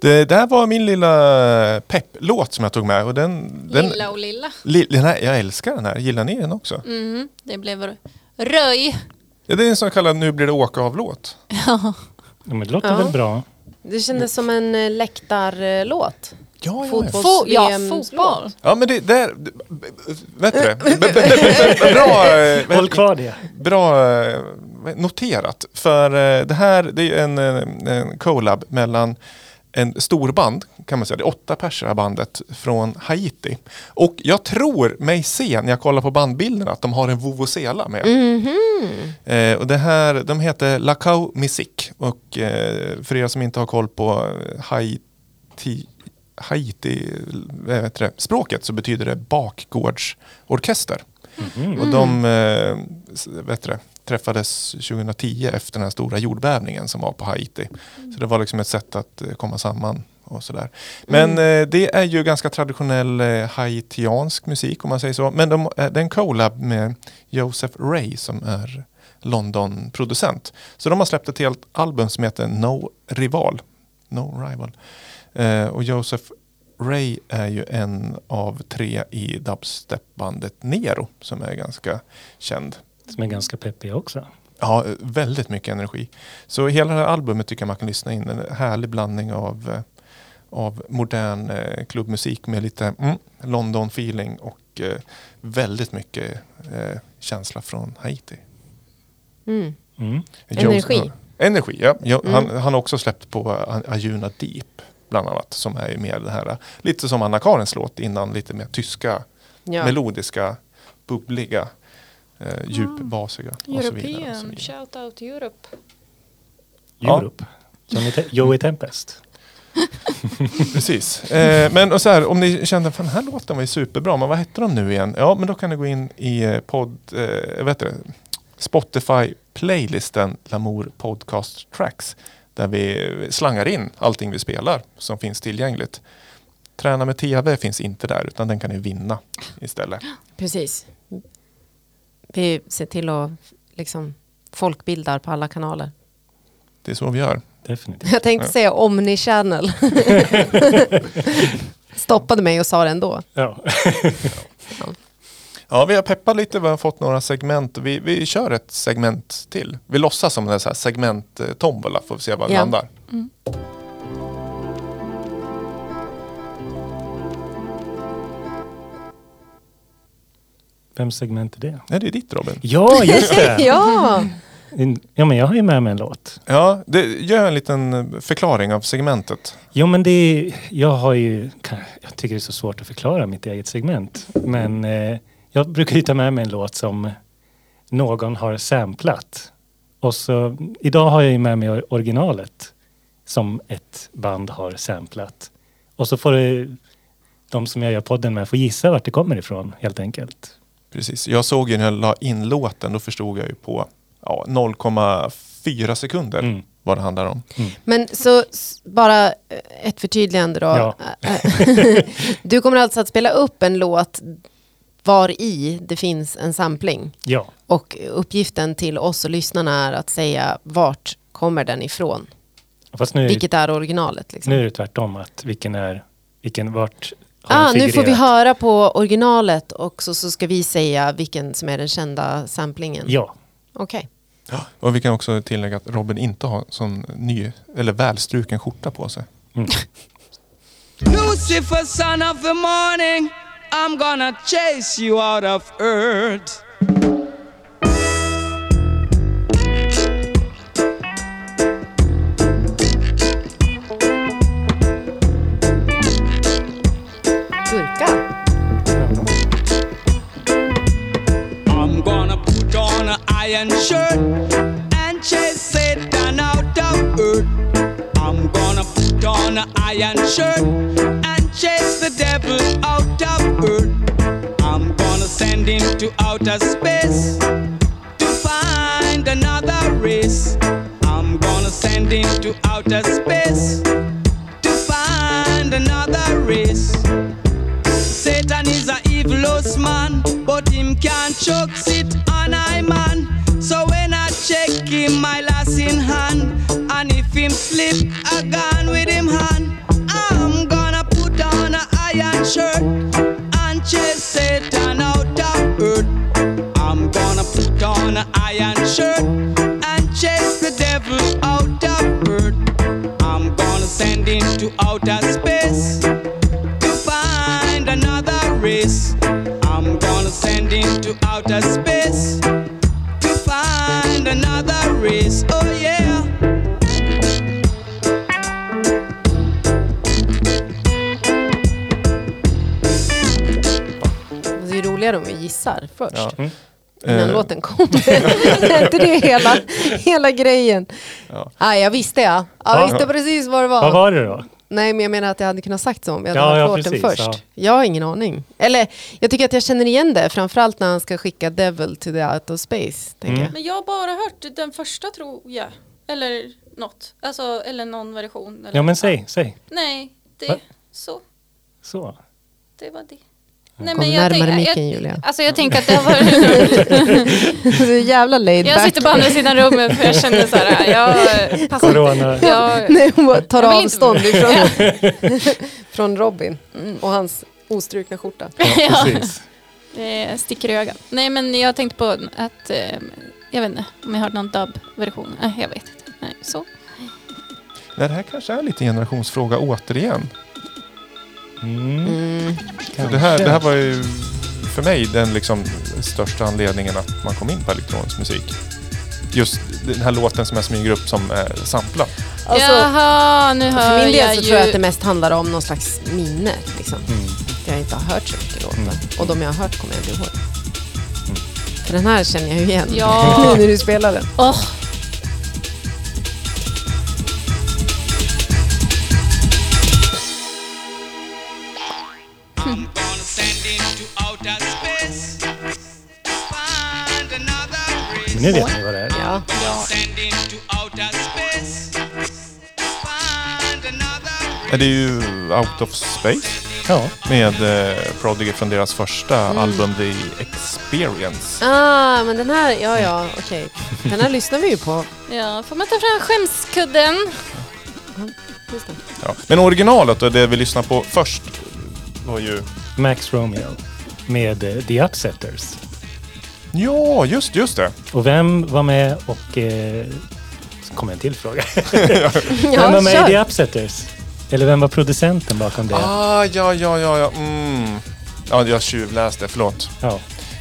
[SPEAKER 1] Det där var min lilla pepplåt som jag tog med. Och
[SPEAKER 4] Lilla och lilla.
[SPEAKER 1] Jag älskar den här. Gillar ni den också?
[SPEAKER 4] Det blev röj.
[SPEAKER 1] Ja, det är en sån kallad Nu blir det åka av-låt.
[SPEAKER 3] Ja, men det låter väl bra.
[SPEAKER 2] Det kändes som en läktarlåt.
[SPEAKER 1] Ja,
[SPEAKER 2] Fotboll.
[SPEAKER 1] Ja, men det är... Vet du bra...
[SPEAKER 3] Håll kvar det.
[SPEAKER 1] Bra noterat. För det här det är en collab mellan en stor band, kan man säga. Det är 8 personer bandet från Haiti. Och jag tror mig se när jag kollar på bandbilderna att de har en vuvuzela med. Och det här, de heter Lacau Music. Och för er som inte har koll på Haiti språket så betyder det bakgårdsorkester. Och de träffades 2010 efter den här stora jordbävningen som var på Haiti. Så det var liksom ett sätt att komma samman och sådär. Men det är ju ganska traditionell haitiansk musik om man säger så. Men det är en collab med Joseph Ray som är London-producent. Så de har släppt ett helt album som heter No Rival. Och Joseph Ray är ju en av 3 i dubstepbandet Nero som är ganska känd.
[SPEAKER 3] Som är ganska peppig också.
[SPEAKER 1] Ja, väldigt mycket energi. Så hela det här albumet tycker jag man kan lyssna in. En härlig blandning av modern klubbmusik med lite London-feeling och väldigt mycket känsla från Haiti. Energi, ja. Han har också släppt på Ajuna Deep bland annat, som är mer det här, lite som Anna-Karins låt innan, lite mer tyska, melodiska, bubbliga, djupbasiga och så vidare.
[SPEAKER 4] European, shout out Europe.
[SPEAKER 3] Europe. Joey Tempest.
[SPEAKER 1] Precis. Men och så här, om ni kände att den här låten var ju superbra, men vad heter de nu igen? Ja, men då kan ni gå in i Spotify-playlisten Lamour Podcast Tracks, där vi slangar in allting vi spelar som finns tillgängligt. Träna med TV finns inte där, utan den kan ni vinna istället.
[SPEAKER 2] Precis. Vi ser till att folkbildar på alla kanaler.
[SPEAKER 1] Det är så vi gör.
[SPEAKER 3] Definitivt.
[SPEAKER 2] Jag tänkte säga Omni-channel. Stoppade mig och sa det ändå.
[SPEAKER 1] Ja, vi har peppat lite, vi har fått några segment. Vi kör ett segment till. Vi låtsas som en så här segment-tombola, får vi se vad det landar.
[SPEAKER 3] Vem segment är det?
[SPEAKER 1] Ja, det är ditt, Robin.
[SPEAKER 3] Ja, just det.
[SPEAKER 2] Ja,
[SPEAKER 3] men jag har ju med mig en låt.
[SPEAKER 1] Ja, gör en liten förklaring av segmentet.
[SPEAKER 3] Jo, men jag tycker det är så svårt att förklara mitt eget segment. Men jag brukar ju ta med mig en låt som någon har samplat. Och så, idag har jag ju med mig originalet som ett band har samplat. Och så får de som jag gör podden med få gissa vart det kommer ifrån, helt enkelt.
[SPEAKER 1] Precis. Jag såg ju när jag la in låten, då förstod jag ju på 0,4 sekunder vad det handlar om.
[SPEAKER 2] men så bara ett förtydligande då.
[SPEAKER 3] Ja.
[SPEAKER 2] Du kommer alltså att spela upp en låt var i det finns en sampling.
[SPEAKER 3] Ja.
[SPEAKER 2] Och uppgiften till oss och lyssnarna är att säga vart kommer den ifrån.
[SPEAKER 3] Fast nu,
[SPEAKER 2] vilket är originalet. Liksom.
[SPEAKER 3] Nu är det tvärtom, att vart har den
[SPEAKER 2] nu
[SPEAKER 3] figurerat?
[SPEAKER 2] får vi höra på originalet och så ska vi säga vilken som är den kända samplingen.
[SPEAKER 3] Ja.
[SPEAKER 2] Okej.
[SPEAKER 1] Ja, och vi kan också tillägga att Robin inte har sån ny eller välstruken skjorta på sig.
[SPEAKER 7] Lucifer, son of the morning, I'm gonna chase you out of earth. I'm gonna put on an iron shirt and chase Satan out of earth. I'm gonna put on an iron shirt and chase the devil out of earth. I'm gonna send him to outer space to find another race. I'm gonna send him to outer space to find another race. Satan is a evilous man, but him can't choke sit on I man. So when I check him, my lass in hand, and if him slip, I gone with him hand. iron shirt and chase the devil out of earth. I'm gonna send into outer space to find another race. I'm gonna send into outer space to find another race. Oh yeah.
[SPEAKER 2] Det är roligare om vi gissar först.
[SPEAKER 1] Ja.
[SPEAKER 2] Innan låten kommer. Är inte det hela grejen? Ja. Jag visste jag visste precis vad det var.
[SPEAKER 3] Vad var det då?
[SPEAKER 2] Nej, men jag menar att jag hade kunnat sagt så om jag hade hört låten
[SPEAKER 3] precis,
[SPEAKER 2] först.
[SPEAKER 3] Ja.
[SPEAKER 2] Jag har ingen aning. Eller, jag tycker att jag känner igen det. Framförallt när han ska skicka Devil to the out of space. Jag.
[SPEAKER 4] Men jag har bara hört den första, tror jag. Eller något. Alltså, eller någon version. Eller
[SPEAKER 3] Ja, men säg.
[SPEAKER 4] Nej, det
[SPEAKER 3] Va?
[SPEAKER 4] så. Det var det. Nej,
[SPEAKER 2] Kom närmare micken, Julia.
[SPEAKER 4] Alltså jag tänker att det har varit...
[SPEAKER 2] Så jävla laid
[SPEAKER 4] Jag
[SPEAKER 2] back.
[SPEAKER 4] sitter på andra sidan rummet för jag kände så här, jag passar
[SPEAKER 3] Corona.
[SPEAKER 4] inte.
[SPEAKER 2] Nej, hon tar
[SPEAKER 4] Jag vill
[SPEAKER 2] avstånd från Robin och hans ostrukna skjorta.
[SPEAKER 3] Ja, precis.
[SPEAKER 4] Sticker i ögat. Nej, men jag tänkte på att jag vet inte om jag hörde någon dub-version. Jag vet inte. Nej, så.
[SPEAKER 1] Det här kanske är lite generationsfråga återigen. Det här var ju för mig den liksom största anledningen att man kom in på elektronisk musik. Just den här låten som jag smyger upp som är samplad.
[SPEAKER 2] Alltså,
[SPEAKER 4] Jaha, nu hör
[SPEAKER 2] för min del
[SPEAKER 4] jag
[SPEAKER 2] så
[SPEAKER 4] ju...
[SPEAKER 2] tror jag att det mest handlar om någon slags minne. Liksom. Jag inte har hört så mycket låtar. Och de jag har hört kommer jag inte ihåg. För den här känner jag ju igen.
[SPEAKER 4] Ja.
[SPEAKER 2] När du spelar den.
[SPEAKER 7] I'm gonna send into outer space to find another race.
[SPEAKER 3] Men nu vet ni vad det är.
[SPEAKER 2] Ja.
[SPEAKER 7] Send into outer space to find another
[SPEAKER 1] Är det ju Out of Space
[SPEAKER 3] Ja.
[SPEAKER 1] med Prodigy från deras första album The Experience.
[SPEAKER 2] Men den här, okej. Den här lyssnar vi ju på.
[SPEAKER 4] Ja, får man ta fram skämskudden?
[SPEAKER 2] Just det.
[SPEAKER 1] Ja. Men originalet och det vi lyssnar på först var ju...
[SPEAKER 3] Max Romeo med The Upsetters.
[SPEAKER 1] Ja, just det.
[SPEAKER 3] Och vem var med och... så kommer en till fråga.
[SPEAKER 2] Ja,
[SPEAKER 3] Vem var med i
[SPEAKER 2] kör.
[SPEAKER 3] The Upsetters? Eller vem var producenten bakom det?
[SPEAKER 1] Ja. Ja, jag tjuvläste, förlåt.
[SPEAKER 3] Ja.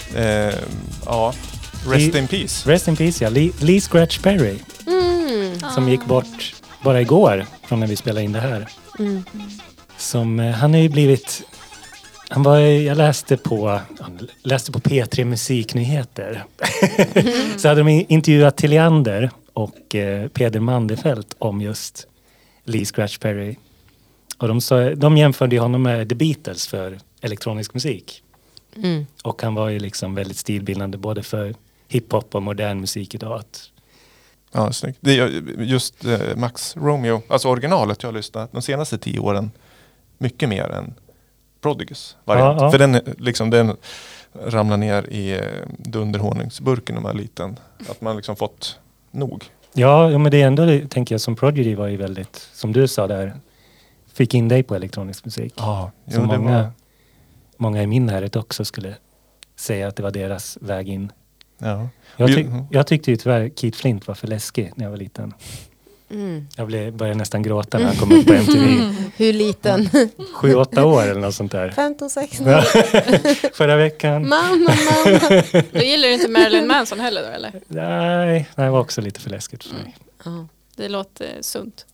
[SPEAKER 1] Rest in peace.
[SPEAKER 3] Rest in peace, ja. Lee Scratch Perry. Som gick bort bara igår från när vi spelade in det här. Som, han har ju blivit... Jag läste på P3 Musiknyheter. Så hade de intervjuat Tilliander och Peder Mandefelt om just Lee Scratch Perry. Och de jämförde honom med The Beatles för elektronisk musik. Och han var ju liksom väldigt stilbildande både för hiphop och modern musik idag.
[SPEAKER 1] Ja, snyggt. Det är just Max Romeo, alltså originalet jag har lyssnat de senaste 10 åren mycket mer än Prodigys variant.
[SPEAKER 3] Ja.
[SPEAKER 1] För den ramlar ner i dunderhonungsburken när man är liten. Att man liksom fått nog.
[SPEAKER 3] Ja, men det är ändå, tänker jag, som Prodigy var ju väldigt, som du sa där, fick in dig på elektronisk musik.
[SPEAKER 1] Ja,
[SPEAKER 3] Så många i min närhet också skulle säga att det var deras väg in.
[SPEAKER 1] Ja.
[SPEAKER 3] Jag tyckte ju tyvärr Keith Flint var för läskig när jag var liten. Jag började nästan gråta när han kom upp på MTV.
[SPEAKER 2] Hur liten?
[SPEAKER 3] 7-8 år eller något sånt där.
[SPEAKER 2] 15-16.
[SPEAKER 3] Förra veckan.
[SPEAKER 2] Mamma.
[SPEAKER 4] Då gillar du inte Marilyn Manson heller då, eller?
[SPEAKER 3] Nej, det var också lite för läskigt för mig.
[SPEAKER 4] Det låter sunt.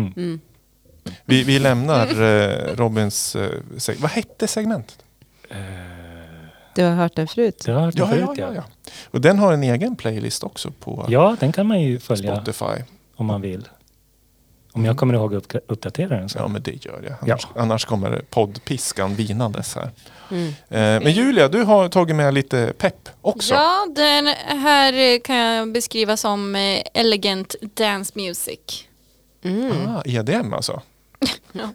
[SPEAKER 1] Vi lämnar Robins... vad hette segmentet?
[SPEAKER 2] Du har hört den förut?
[SPEAKER 3] Det har jag hört det förut,
[SPEAKER 1] Ja. Och den har en egen playlist också på
[SPEAKER 3] Ja, den kan man ju följa
[SPEAKER 1] Spotify.
[SPEAKER 3] om man vill. Om jag kommer ihåg att uppdatera den så.
[SPEAKER 1] Ja, men det gör jag. Annars kommer poddpiskan vinandes här.
[SPEAKER 2] Mm.
[SPEAKER 1] Men Julia, du har tagit med lite pepp också.
[SPEAKER 4] Ja, den här kan jag beskriva som elegant dance music.
[SPEAKER 1] EDM alltså.
[SPEAKER 4] Ja.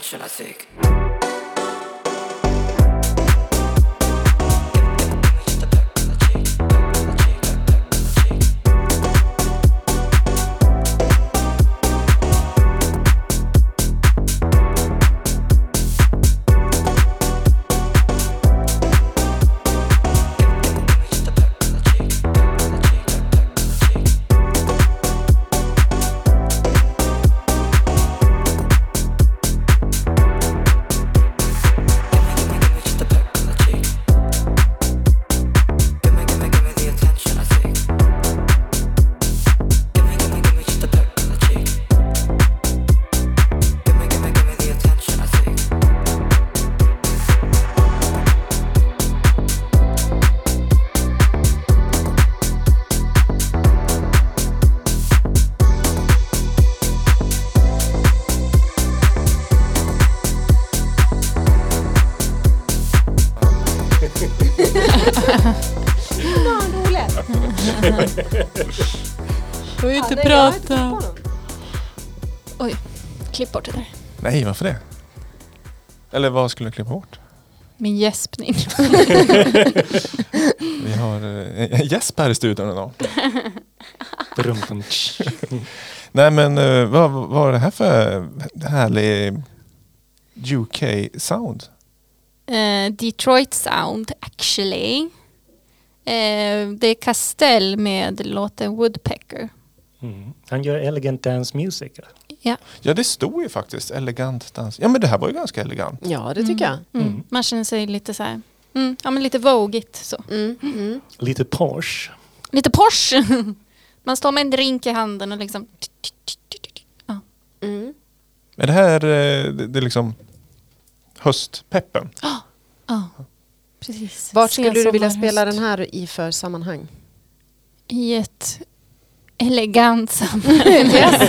[SPEAKER 8] attention I seek.
[SPEAKER 4] Får ju inte prata. Oj, klipp bort det där.
[SPEAKER 1] Nej, varför det? Eller vad skulle du klippa bort?
[SPEAKER 4] Min gäspning.
[SPEAKER 1] Vi har en gäsp här i studion idag. Nej, men vad var det här för härlig UK-sound?
[SPEAKER 4] Detroit sound, actually. Det är Castell med låten Woodpecker.
[SPEAKER 3] Han gör elegant dance music.
[SPEAKER 4] Ja.
[SPEAKER 1] Ja, det stod ju faktiskt elegant dans. Ja, men det här var ju ganska elegant.
[SPEAKER 2] Ja, det tycker jag.
[SPEAKER 4] Man känner sig lite så här, ja men lite vågigt så.
[SPEAKER 3] Lite Porsche.
[SPEAKER 4] Lite Porsche. Man står med en drink i handen och liksom. Ja.
[SPEAKER 1] Är det här det är liksom höstpeppen?
[SPEAKER 4] Ja, precis.
[SPEAKER 2] Vart skulle du vilja spela den här i för sammanhang?
[SPEAKER 4] I ett elegant sammanhang.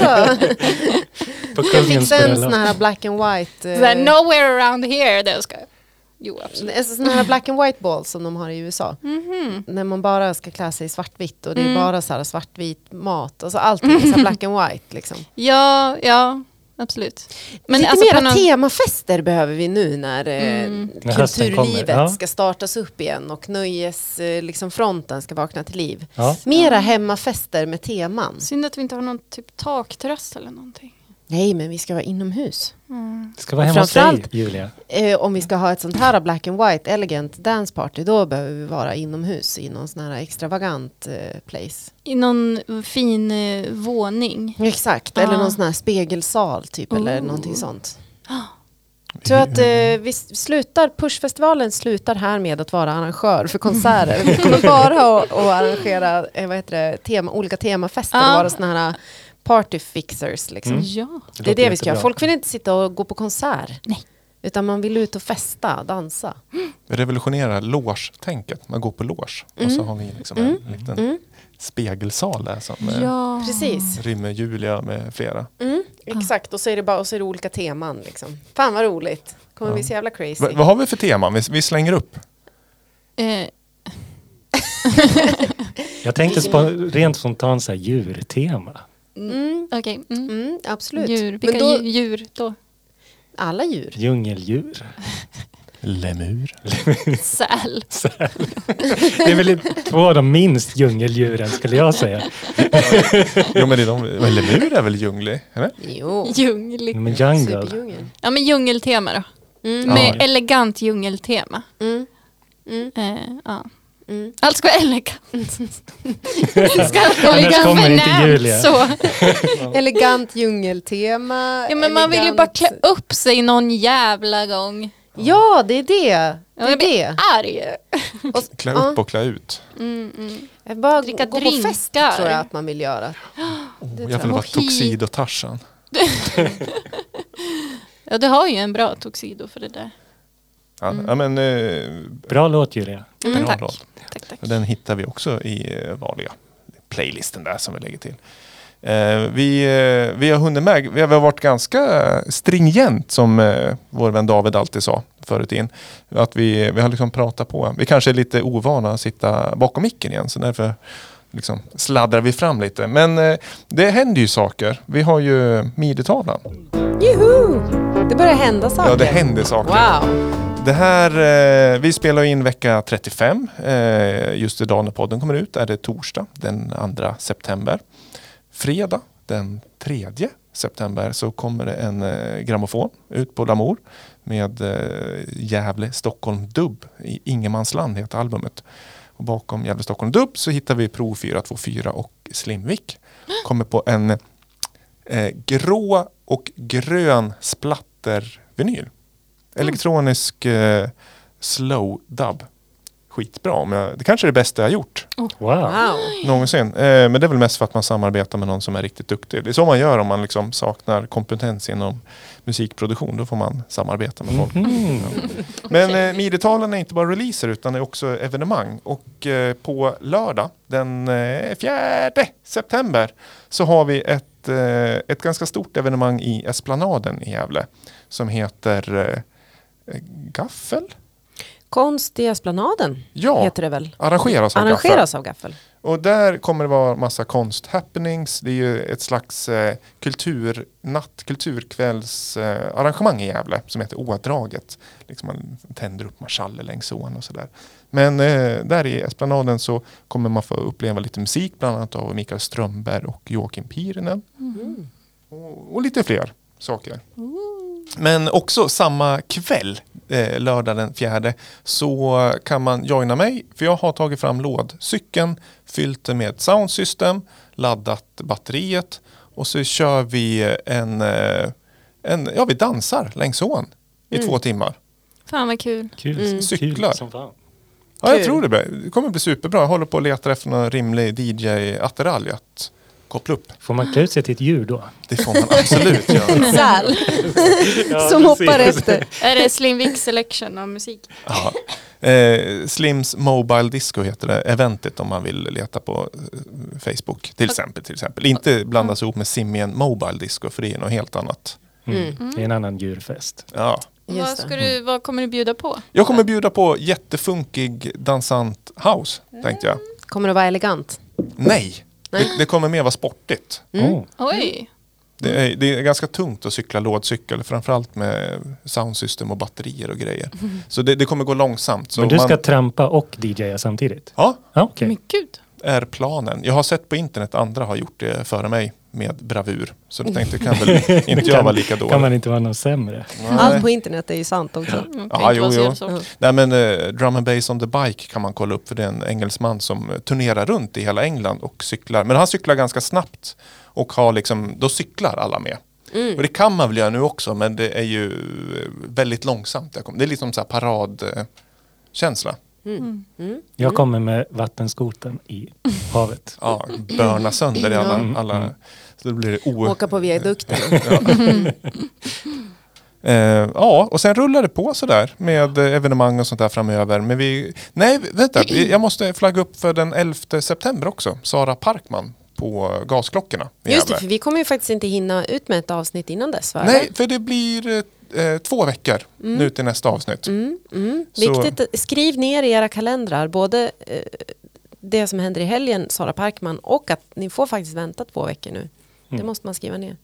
[SPEAKER 2] Jag fixa en sån här black and white.
[SPEAKER 4] Nowhere around here. Det ska. Jo, absolut.
[SPEAKER 2] En sån här black and white ball som de har i USA. När man bara ska klä sig i svartvitt och det är bara så här svartvit mat. Alltså allting är så här black and white liksom.
[SPEAKER 4] Ja, absolut.
[SPEAKER 2] Men lite alltså mera temafester behöver vi nu när kulturlivet ska startas upp igen och nöjes liksom fronten ska vakna till liv. Ja. Mera hemmafester med teman.
[SPEAKER 4] Synd att vi inte har någon typ takterrass eller någonting.
[SPEAKER 2] Nej, men vi ska vara inomhus.
[SPEAKER 3] Det ska vara hemma hos dig, Julia.
[SPEAKER 2] Om vi ska ha ett sånt här black and white elegant dance party, då behöver vi vara inomhus i någon sån här extravagant place.
[SPEAKER 4] I någon fin våning.
[SPEAKER 2] Exakt, eller någon sån här spegelsal typ, eller någonting sånt. Jag tror att Pushfestivalen slutar här med att vara arrangör för konserter. Vi kommer bara att arrangera olika temafester och vara såna här party fixers liksom.
[SPEAKER 4] Ja.
[SPEAKER 2] Det är det vi ska göra. Folk vill inte sitta och gå på konsert.
[SPEAKER 4] Nej.
[SPEAKER 2] Utan man vill ut och festa, dansa.
[SPEAKER 1] Revolutionera loge-tänket. Man går på loge. Och så har vi liksom en liten spegelsal där som
[SPEAKER 2] precis.
[SPEAKER 1] rymmer Julia med flera.
[SPEAKER 2] Exakt, och så är det olika teman liksom. Fan vad roligt. Kommer bli så jävla crazy.
[SPEAKER 1] Vad har vi för teman? Vi slänger upp.
[SPEAKER 3] Jag tänkte rent spontant så här djurtema.
[SPEAKER 4] Okej.
[SPEAKER 2] Absolut.
[SPEAKER 4] Vilka djur då?
[SPEAKER 2] Alla djur.
[SPEAKER 3] Djungeldjur.
[SPEAKER 1] Lemur.
[SPEAKER 4] Säl.
[SPEAKER 3] Det är väl två av de minst djungeldjuren skulle jag säga.
[SPEAKER 1] Jo, men lemur är väl djunglig, eller?
[SPEAKER 2] Jo.
[SPEAKER 4] Djunglig.
[SPEAKER 3] Men jungle.
[SPEAKER 4] Ja, men djungeltema då. Med elegant djungeltema. Ja. Allt ska vara elegant.
[SPEAKER 3] Annars kommer inte Julia.
[SPEAKER 4] Så.
[SPEAKER 2] Elegant djungeltema.
[SPEAKER 4] Ja, men man vill ju bara klä upp sig någon jävla gång.
[SPEAKER 2] Ja, det är det.
[SPEAKER 4] Jag blir arg.
[SPEAKER 1] Klä upp och klä ut.
[SPEAKER 2] Bara
[SPEAKER 4] dricka
[SPEAKER 2] gå
[SPEAKER 4] drinkar.
[SPEAKER 2] På fest tror jag att man vill göra.
[SPEAKER 1] Jag vill vara tuxedo-Tarzan.
[SPEAKER 4] Ja, det har ju en bra tuxedo för det där.
[SPEAKER 1] Ja, men,
[SPEAKER 3] bra låt, Julia.
[SPEAKER 4] Tack. Tack.
[SPEAKER 1] Den hittar vi också i vanliga playlisten där som vi lägger till. Vi har hunnit med. Vi har varit ganska stringent som vår vän David alltid sa förut in. Att vi har liksom pratat på. Vi kanske är lite ovana att sitta bakom micken igen, så därför liksom sladdrar vi fram lite. Men det händer ju saker. Vi har ju midi-tavlan.
[SPEAKER 2] Juhu! Det börjar hända saker.
[SPEAKER 1] Ja, det händer saker.
[SPEAKER 2] Wow.
[SPEAKER 1] Det här, vi spelar in vecka 35. Just idag när podden kommer ut är det torsdag den 2 september. Fredag den 3 september så kommer det en grammofon ut på Lamour med Gävle Stockholm Dubb. I Ingenmansland heter albumet. Och bakom Gävle Stockholm Dubb så hittar vi Pro 424 och Slimvik. Kommer på en grå och grön splattervinyl. Elektronisk slow dub. Skitbra. Men det kanske är det bästa jag har gjort.
[SPEAKER 3] Wow.
[SPEAKER 1] Någonsin. Men det är väl mest för att man samarbetar med någon som är riktigt duktig. Det är så man gör om man liksom saknar kompetens inom musikproduktion. Då får man samarbeta med folk. Men Midetalen är inte bara releaser utan är också evenemang. Och på lördag den 4 september så har vi ett ganska stort evenemang i Esplanaden i Gävle. Som heter Gaffel?
[SPEAKER 2] Konst i Esplanaden heter det väl?
[SPEAKER 1] Arrangeras
[SPEAKER 2] av Gaffel.
[SPEAKER 1] Och där kommer det vara massa konsthappenings. Det är ju ett slags kulturkvällsarrangemang i Gävle som heter Ådraget. Liksom man tänder upp marschaller längs ån och sådär. Men där i Esplanaden så kommer man få uppleva lite musik bland annat av Mikael Strömberg och Joakim Pirinen. Och lite fler saker. Men också samma kväll, lördag den 4, så kan man joina mig. För jag har tagit fram lådcykeln, fyllt det med soundsystem, laddat batteriet. Och så kör vi vi dansar längs ån i 2 timmar.
[SPEAKER 4] Fan vad kul.
[SPEAKER 1] Cyklar.
[SPEAKER 3] Kul som fan.
[SPEAKER 1] Ja, jag tror det kommer bli superbra. Jag håller på att leta efter någon rimlig DJ-attiralj att koppla upp.
[SPEAKER 3] Får man klä ut sig till ett djur då?
[SPEAKER 1] Det får man absolut göra.
[SPEAKER 2] Säl. Som hoppar efter.
[SPEAKER 4] Är det Slimvik Selection av musik?
[SPEAKER 1] Ja. Slims Mobile Disco heter det eventet om man vill leta på Facebook till exempel. Inte blandas ihop med Simien Mobile Disco för det är något helt annat.
[SPEAKER 3] Det är en annan djurfest.
[SPEAKER 1] Ja.
[SPEAKER 4] Vad kommer du bjuda på?
[SPEAKER 1] Jag kommer bjuda på jättefunkig dansant house, tänkte jag.
[SPEAKER 2] Kommer det vara elegant?
[SPEAKER 1] Nej. Det kommer mer vara sportigt.
[SPEAKER 4] Oj.
[SPEAKER 1] Det är ganska tungt att cykla lådcykel, framförallt med soundsystem och batterier och grejer. Så det kommer gå långsamt. Så
[SPEAKER 3] men du ska trampa och DJa samtidigt?
[SPEAKER 1] Ja,
[SPEAKER 3] okay.
[SPEAKER 4] Men gud.
[SPEAKER 1] Är planen. Jag har sett på internet andra har gjort det före mig med bravur. Så jag tänkte kan väl inte jag vara lika dålig.
[SPEAKER 3] Kan man inte vara någon sämre?
[SPEAKER 1] Nej.
[SPEAKER 2] Allt på internet är ju sant också.
[SPEAKER 1] Nej men Drum and Bass on the Bike kan man kolla upp för det är en engelsman som turnerar runt i hela England och cyklar. Men han cyklar ganska snabbt och har liksom, då cyklar alla med. Och det kan man väl göra nu också men det är ju väldigt långsamt. Det är liksom så här paradkänsla.
[SPEAKER 3] Jag kommer med vattenskoten i havet.
[SPEAKER 1] Ja, börna sönder i alla så då blir det
[SPEAKER 2] åka på viadukten.
[SPEAKER 1] Ja, och sen rullar det på sådär med evenemang och sånt där framöver. Men jag måste flagga upp för den 11 september också. Sara Parkman på Gasklockorna.
[SPEAKER 2] Just det, för vi kommer ju faktiskt inte hinna ut med ett avsnitt innan dess. Va?
[SPEAKER 1] Nej, för det blir 2 veckor nu till nästa avsnitt.
[SPEAKER 2] Viktigt, skriv ner i era kalendrar både det som händer i helgen, Sara Parkman, och att ni får faktiskt vänta 2 veckor nu. Det måste man skriva ner.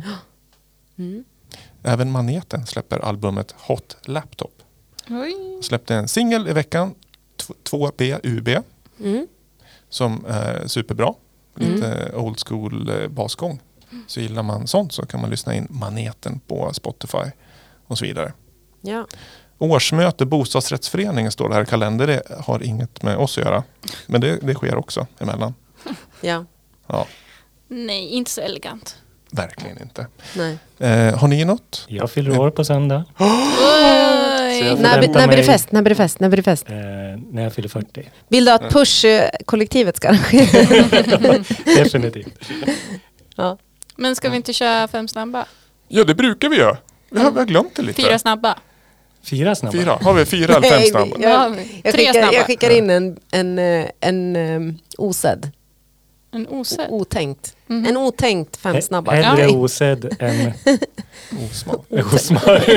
[SPEAKER 1] Även Maneten släpper albumet Hot Laptop.
[SPEAKER 4] Oj.
[SPEAKER 1] Släppte en singel i veckan, 2B UB, som är superbra. Lite old school basgång. Så gillar man sånt så kan man lyssna in Maneten på Spotify och så vidare.
[SPEAKER 2] Ja.
[SPEAKER 1] Årsmöte bostadsrättsföreningen står det här i kalender. Det har inget med oss att göra. Men det sker också emellan.
[SPEAKER 2] Ja.
[SPEAKER 4] Nej, inte så elegant.
[SPEAKER 1] Verkligen inte.
[SPEAKER 2] Nej.
[SPEAKER 1] Har ni något?
[SPEAKER 3] Jag fyller år på söndag.
[SPEAKER 2] När blir det fest?
[SPEAKER 3] När jag fyller 40.
[SPEAKER 2] Vill du att Push-kollektivet ska arrangera?
[SPEAKER 3] Definitivt.
[SPEAKER 2] Ja.
[SPEAKER 4] Men ska vi inte köra 5 snabba?
[SPEAKER 1] Ja, det brukar vi göra. Vi har glömt det lite.
[SPEAKER 4] 4 snabba.
[SPEAKER 3] 4 snabba?
[SPEAKER 1] 4. Har vi 4 eller 5 snabba?
[SPEAKER 2] Jag skickar in en osedd.
[SPEAKER 4] En osedd?
[SPEAKER 2] Otänkt. En otänkt 5 snabba.
[SPEAKER 3] Hellre osedd än osmart.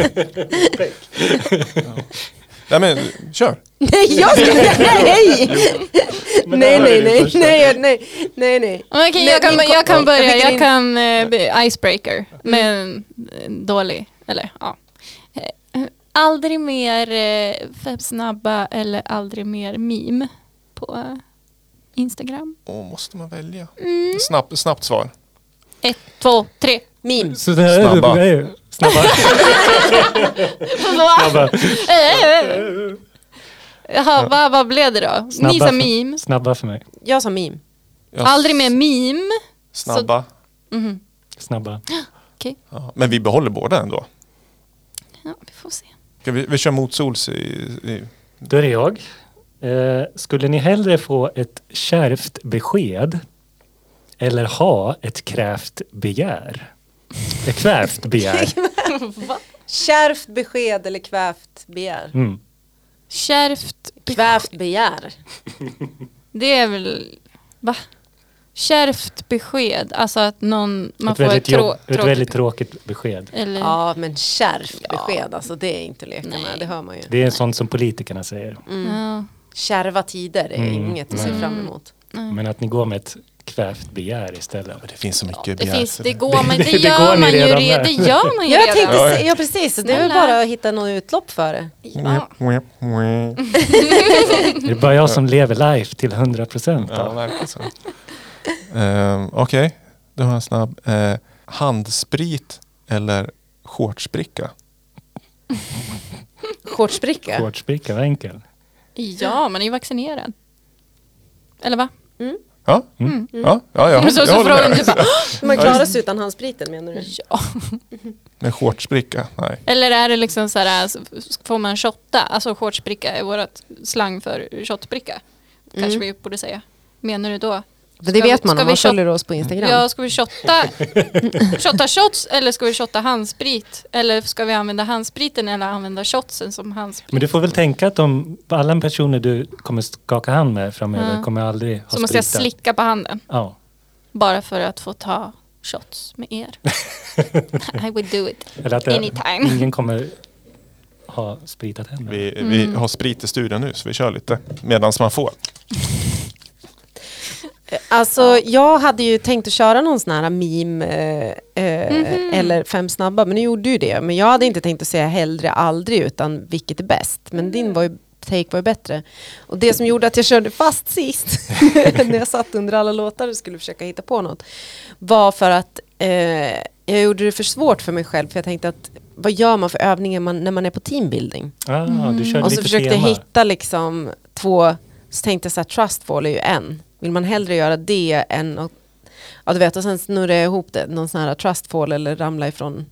[SPEAKER 1] Nej men, kör.
[SPEAKER 2] Nej, nej.
[SPEAKER 4] Okej, jag kan börja. Jag kan icebreaker med en dålig. Eller ja. Aldrig mer Fem snabba eller aldrig mer meme på Instagram.
[SPEAKER 1] Måste man välja? Snabbt svar.
[SPEAKER 4] 1, 2, 3.
[SPEAKER 2] Meme.
[SPEAKER 1] Snabba.
[SPEAKER 3] Snabba.
[SPEAKER 4] Jaha, vad blev det då? Ni sa meme.
[SPEAKER 3] Snabba för mig.
[SPEAKER 2] Jag sa meme.
[SPEAKER 4] Aldrig mer meme.
[SPEAKER 1] Snabba.
[SPEAKER 3] Snabba.
[SPEAKER 4] Okej.
[SPEAKER 1] Ja, men vi behåller båda ändå.
[SPEAKER 4] Ja, vi får se.
[SPEAKER 1] Ska vi kör motsols
[SPEAKER 3] Då är det jag. Skulle ni hellre få ett kärvt besked eller ha ett krävt begär? Ett kvävt begär.
[SPEAKER 2] Kärvt besked eller kvävt begär?
[SPEAKER 4] Kärvt
[SPEAKER 2] Kvävt begär.
[SPEAKER 4] Det är väl... Va? Kärvt besked. Alltså att man
[SPEAKER 3] ett
[SPEAKER 4] får
[SPEAKER 3] ett väldigt tråkigt besked.
[SPEAKER 4] Eller...
[SPEAKER 2] Ja, men kärvt besked. Alltså det är inte att leka med. Det hör man ju.
[SPEAKER 3] Det är sånt som politikerna säger.
[SPEAKER 4] Ja.
[SPEAKER 2] Kärva tider är inget att se fram emot.
[SPEAKER 3] Men att ni går med ett kvävt begär istället.
[SPEAKER 1] Det finns så mycket
[SPEAKER 4] Det
[SPEAKER 1] begär.
[SPEAKER 4] finns, det går, men det
[SPEAKER 3] det
[SPEAKER 4] gör
[SPEAKER 3] går
[SPEAKER 4] man
[SPEAKER 3] ni
[SPEAKER 4] ju
[SPEAKER 3] redan
[SPEAKER 4] redan.
[SPEAKER 3] med.
[SPEAKER 4] Det gör man ju
[SPEAKER 2] Jag tänkte
[SPEAKER 4] redan.
[SPEAKER 2] ja, precis. Det är väl bara att hitta något utlopp för det.
[SPEAKER 4] Ja.
[SPEAKER 3] Det är bara jag som lever life till 100%.
[SPEAKER 1] Ja, verkligen så. Okej, då har jag en snabb. Handsprit eller shortsbricka?
[SPEAKER 2] Shortsbricka.
[SPEAKER 3] Shortsbricka var enkel.
[SPEAKER 4] Ja, man är ju vaccinerad. Eller va?
[SPEAKER 1] Ja, ja.
[SPEAKER 4] Så
[SPEAKER 1] jag håller
[SPEAKER 4] frågan
[SPEAKER 1] med.
[SPEAKER 4] du bara,
[SPEAKER 2] Man klarar sig utan handspriten menar du?
[SPEAKER 4] ja.
[SPEAKER 1] Men shortsbricka, nej.
[SPEAKER 4] Eller är det liksom så här, får man shotta? Alltså shortsbricka är vårt slang för shotbricka. Kanske vi borde säga. Menar du då?
[SPEAKER 2] Men det vet man om man följer oss på Instagram.
[SPEAKER 4] Ja, ska vi shotta shots eller ska vi shotta handsprit? Eller ska vi använda handspriten eller använda shotsen som handsprit?
[SPEAKER 3] Men du får väl tänka att alla personer du kommer skaka hand med framöver kommer aldrig ha
[SPEAKER 4] så måste jag
[SPEAKER 3] spritat.
[SPEAKER 4] slicka på handen.
[SPEAKER 3] Ja.
[SPEAKER 4] Bara för att få ta shots med er. I would do it
[SPEAKER 3] Eller att
[SPEAKER 4] anytime.
[SPEAKER 3] ingen kommer ha spritat händerna.
[SPEAKER 1] Vi har sprit i studion nu så vi kör lite medan man får.
[SPEAKER 2] Alltså jag hade ju tänkt att köra någon sån här meme eller fem snabba, men nu gjorde du det. Men jag hade inte tänkt att säga hellre aldrig utan vilket är bäst. Men din take var ju bättre. Och det som gjorde att jag körde fast sist när jag satt under alla låtar och skulle försöka hitta på något var för att jag gjorde det för svårt för mig själv. För jag tänkte att vad gör man för övningar när man är på teambuilding?
[SPEAKER 3] Du körde
[SPEAKER 2] Och så
[SPEAKER 3] lite
[SPEAKER 2] försökte
[SPEAKER 3] tema.
[SPEAKER 2] jag hitta liksom två, så tänkte jag så här, trustfall är ju en. Vill man hellre göra det än att, ja du vet, och sen snurra ihop det, någon sån här trustfall eller ramla ifrån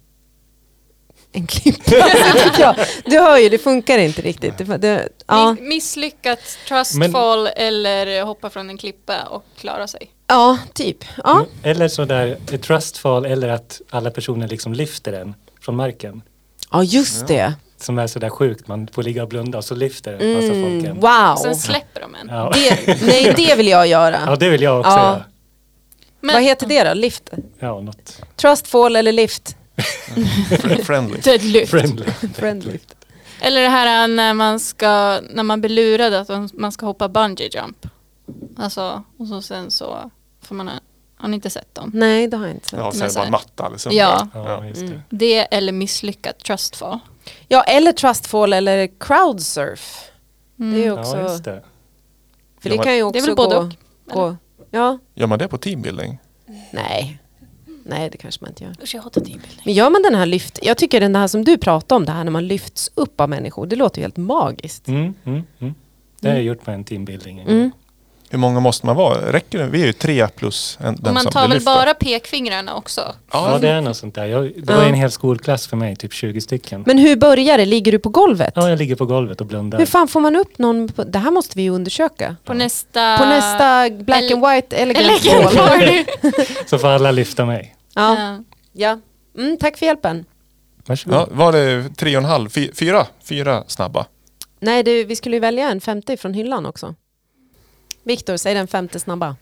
[SPEAKER 2] en klippa. Ja, du hör ju, det funkar inte riktigt. Ja.
[SPEAKER 4] Misslyckat trustfall eller hoppa från en klippa och klara sig.
[SPEAKER 2] Ja, typ. Ja.
[SPEAKER 3] Eller så där ett trustfall eller att alla personer liksom lyfter den från marken.
[SPEAKER 2] Ja, just det.
[SPEAKER 3] Som är så där sjukt, man får ligga och blunda och så lyfter massa folk en.
[SPEAKER 2] Wow.
[SPEAKER 4] Sen släpper de en.
[SPEAKER 3] Ja.
[SPEAKER 2] Det vill jag göra.
[SPEAKER 3] Ja, det vill jag också
[SPEAKER 2] Ja.
[SPEAKER 3] göra.
[SPEAKER 4] Men,
[SPEAKER 2] Vad heter det då? Lift?
[SPEAKER 3] Ja, något
[SPEAKER 2] Trustfall eller lift?
[SPEAKER 1] Friendly.
[SPEAKER 4] deadlift.
[SPEAKER 3] friendly.
[SPEAKER 2] Friendly.
[SPEAKER 4] Eller det här när man blir lurad att man ska hoppa bungee jump. Alltså, och så sen så får man... Har ni inte sett dem?
[SPEAKER 2] Nej, det har jag inte sett.
[SPEAKER 1] Ja, så är
[SPEAKER 4] Men
[SPEAKER 1] det
[SPEAKER 4] så
[SPEAKER 1] bara
[SPEAKER 4] här-
[SPEAKER 1] matta liksom.
[SPEAKER 4] Ja.
[SPEAKER 3] Ja, just det.
[SPEAKER 4] Det eller misslyckat trustfall.
[SPEAKER 2] Ja, eller trustfall eller crowdsurf. Det är också...
[SPEAKER 3] Ja, just det.
[SPEAKER 2] För det kan ju också
[SPEAKER 4] Det är väl både
[SPEAKER 2] gå. Ja,
[SPEAKER 1] Gör man det på teambuilding?
[SPEAKER 2] nej. Nej, det kanske man inte gör.
[SPEAKER 4] Usch, jag hatar teambuilding.
[SPEAKER 2] Men gör man den här jag tycker den här som du pratade om, det här när man lyfts upp av människor, det låter ju helt magiskt.
[SPEAKER 3] Det har jag gjort med en teambuilding en gång.
[SPEAKER 1] Hur många måste man vara? Räcker det? Vi är ju 3 plus den
[SPEAKER 4] Och man
[SPEAKER 1] som
[SPEAKER 4] tar
[SPEAKER 1] blir
[SPEAKER 4] väl
[SPEAKER 1] lyft.
[SPEAKER 4] bara pekfingrarna också?
[SPEAKER 3] Ja, det är något sånt där. Det var en hel skolklass för mig, typ 20 stycken.
[SPEAKER 2] Men hur börjar det? Ligger du på golvet?
[SPEAKER 3] Ja, jag ligger på golvet och blundar.
[SPEAKER 2] Hur fan får man upp någon? Det här måste vi ju undersöka.
[SPEAKER 4] På nästa...
[SPEAKER 2] På nästa Black and White Elegant
[SPEAKER 4] Elegant
[SPEAKER 2] Ball.
[SPEAKER 4] party.
[SPEAKER 3] Så får alla lyfta mig.
[SPEAKER 2] Ja. Ja. Tack för hjälpen.
[SPEAKER 3] Varsågod.
[SPEAKER 1] Ja, var det 3,5? 4 snabba?
[SPEAKER 2] Nej, vi skulle ju välja en 50 från hyllan också. Viktor, säg den 50 snabba.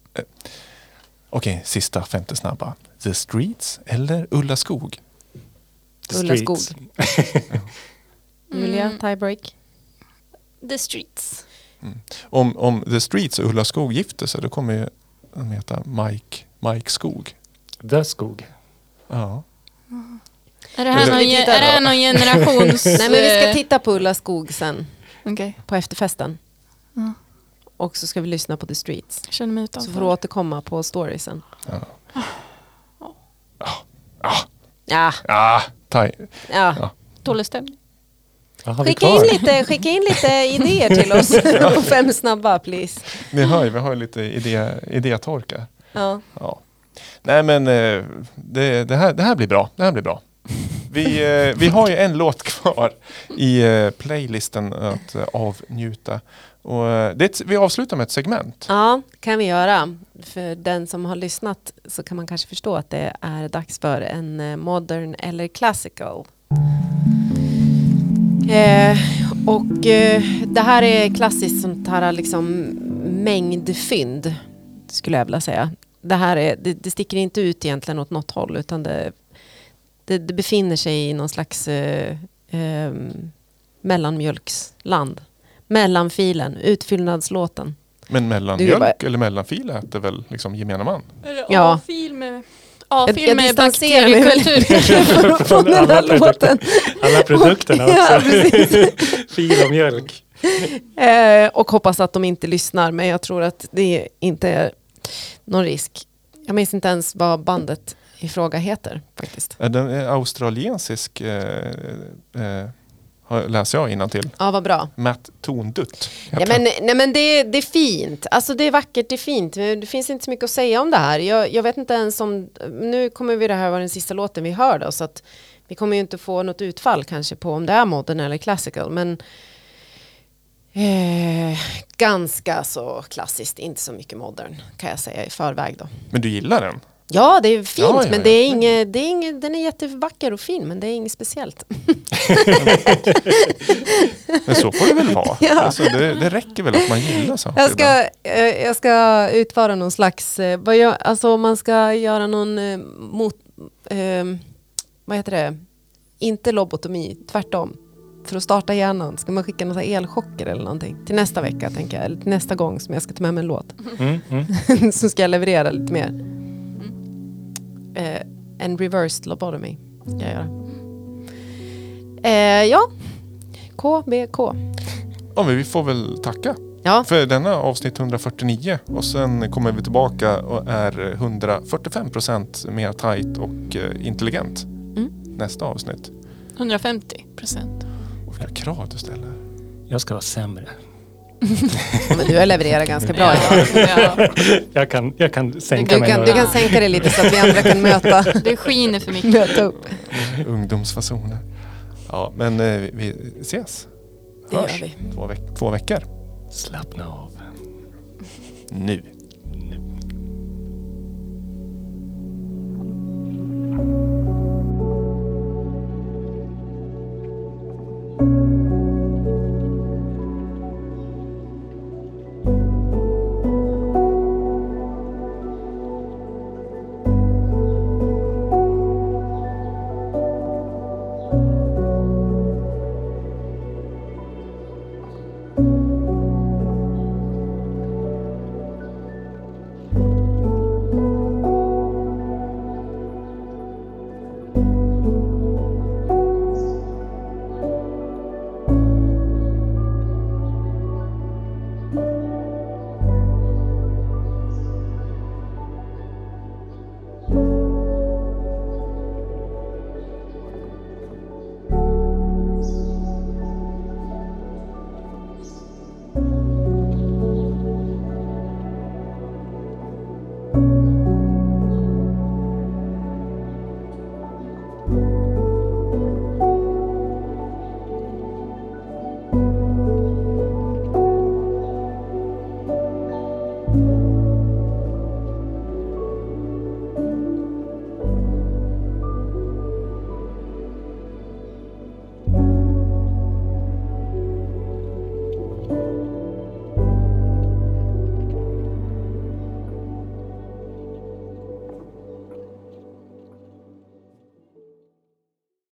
[SPEAKER 1] Okej, sista 50 snabba. The Streets eller Ulla Skog?
[SPEAKER 3] The
[SPEAKER 2] Ulla
[SPEAKER 3] streets.
[SPEAKER 2] Skog. Julia, tiebreak.
[SPEAKER 4] The streets.
[SPEAKER 1] Om The Streets och Ulla Skog gifter sig, då kommer ju de heta Mike Skog.
[SPEAKER 3] The skog.
[SPEAKER 1] Ja.
[SPEAKER 4] Är det här någon generations...
[SPEAKER 2] Nej, men vi ska titta på Ulla Skog sen.
[SPEAKER 4] Okay.
[SPEAKER 2] På efterfesten.
[SPEAKER 4] Ja.
[SPEAKER 2] Och så ska vi lyssna på The Streets.
[SPEAKER 4] Jag känner mig utanför.
[SPEAKER 2] Så får du återkomma på storiesen.
[SPEAKER 4] Dålig stämning.
[SPEAKER 2] Skicka in lite idéer till oss på 5 snabba, please.
[SPEAKER 1] Ni hör ju, vi har ju lite idétorka.
[SPEAKER 2] Ja.
[SPEAKER 1] Nej, men det här blir bra. Det här blir bra. Vi har ju en låt kvar i playlisten att avnjuta. Och vi avslutar med ett segment.
[SPEAKER 2] Ja, kan vi göra. För den som har lyssnat så kan man kanske förstå att det är dags för en modern eller classical. Det här är klassiskt sånt här liksom mängdfynd, skulle jag vilja säga. Det här det sticker inte ut egentligen åt något håll, utan det befinner sig i någon slags mellanmjölksland. Mellanfilen, utfyllnadslåten.
[SPEAKER 1] Men mellanmjölk eller mellanfil äter väl liksom gemene man?
[SPEAKER 4] Ja. A-fil med
[SPEAKER 2] bakteriekultur.
[SPEAKER 3] Från den här låten. Alla produkterna också.
[SPEAKER 2] Ja,
[SPEAKER 3] fil och mjölk.
[SPEAKER 2] Och hoppas att de inte lyssnar, men jag tror att det inte är någon risk. Jag minns inte ens vad bandet i fråga heter faktiskt.
[SPEAKER 1] Den är australiensisk läser jag innantill.
[SPEAKER 2] Ja, vad bra.
[SPEAKER 1] Matt Tondutt.
[SPEAKER 2] Ja, men det är fint. Alltså det är vackert, det är fint. Det finns inte så mycket att säga om det här. Jag vet inte ens om... Nu kommer det här vara den sista låten vi hör då, så att vi kommer ju inte få något utfall kanske på om det är modern eller classical. Men ganska så klassiskt, inte så mycket modern kan jag säga i förväg då.
[SPEAKER 1] Men du gillar den?
[SPEAKER 2] Ja, det är fint,
[SPEAKER 1] ja.
[SPEAKER 2] Men det är inget, den är jättevacker och fin, men det är inget speciellt.
[SPEAKER 1] Men så får det väl vara.
[SPEAKER 2] Ja.
[SPEAKER 1] Alltså, det räcker väl att man gillar saker.
[SPEAKER 2] Jag ska utföra någon slags, alltså om man ska göra någon vad heter det? Inte lobotomi, tvärtom. För att starta hjärnan ska man skicka några elchocker eller någonting. Till nästa vecka tänker jag, eller till nästa gång som jag ska ta med mig en låt. Så ska jag leverera lite mer. En reversed lobotomy ska jag göra. KBK.
[SPEAKER 1] Ja, men vi får väl tacka för denna avsnitt 149. Och sen kommer vi tillbaka och är 145% mer tight och intelligent nästa avsnitt.
[SPEAKER 4] 150%.
[SPEAKER 1] Och vilka krav du ställer.
[SPEAKER 3] Jag ska vara sämre.
[SPEAKER 2] Men du har levererat ganska bra idag.
[SPEAKER 3] Ja. Jag kan sänka mig.
[SPEAKER 2] Du kan sänka det lite så att vi andra kan möta.
[SPEAKER 4] Det skiner för mycket.
[SPEAKER 2] Möta upp.
[SPEAKER 1] Ungdomsfasoner. Ja, men vi ses.
[SPEAKER 2] Det gör vi.
[SPEAKER 1] 2 veckor.
[SPEAKER 3] Slappna av.
[SPEAKER 1] Nu.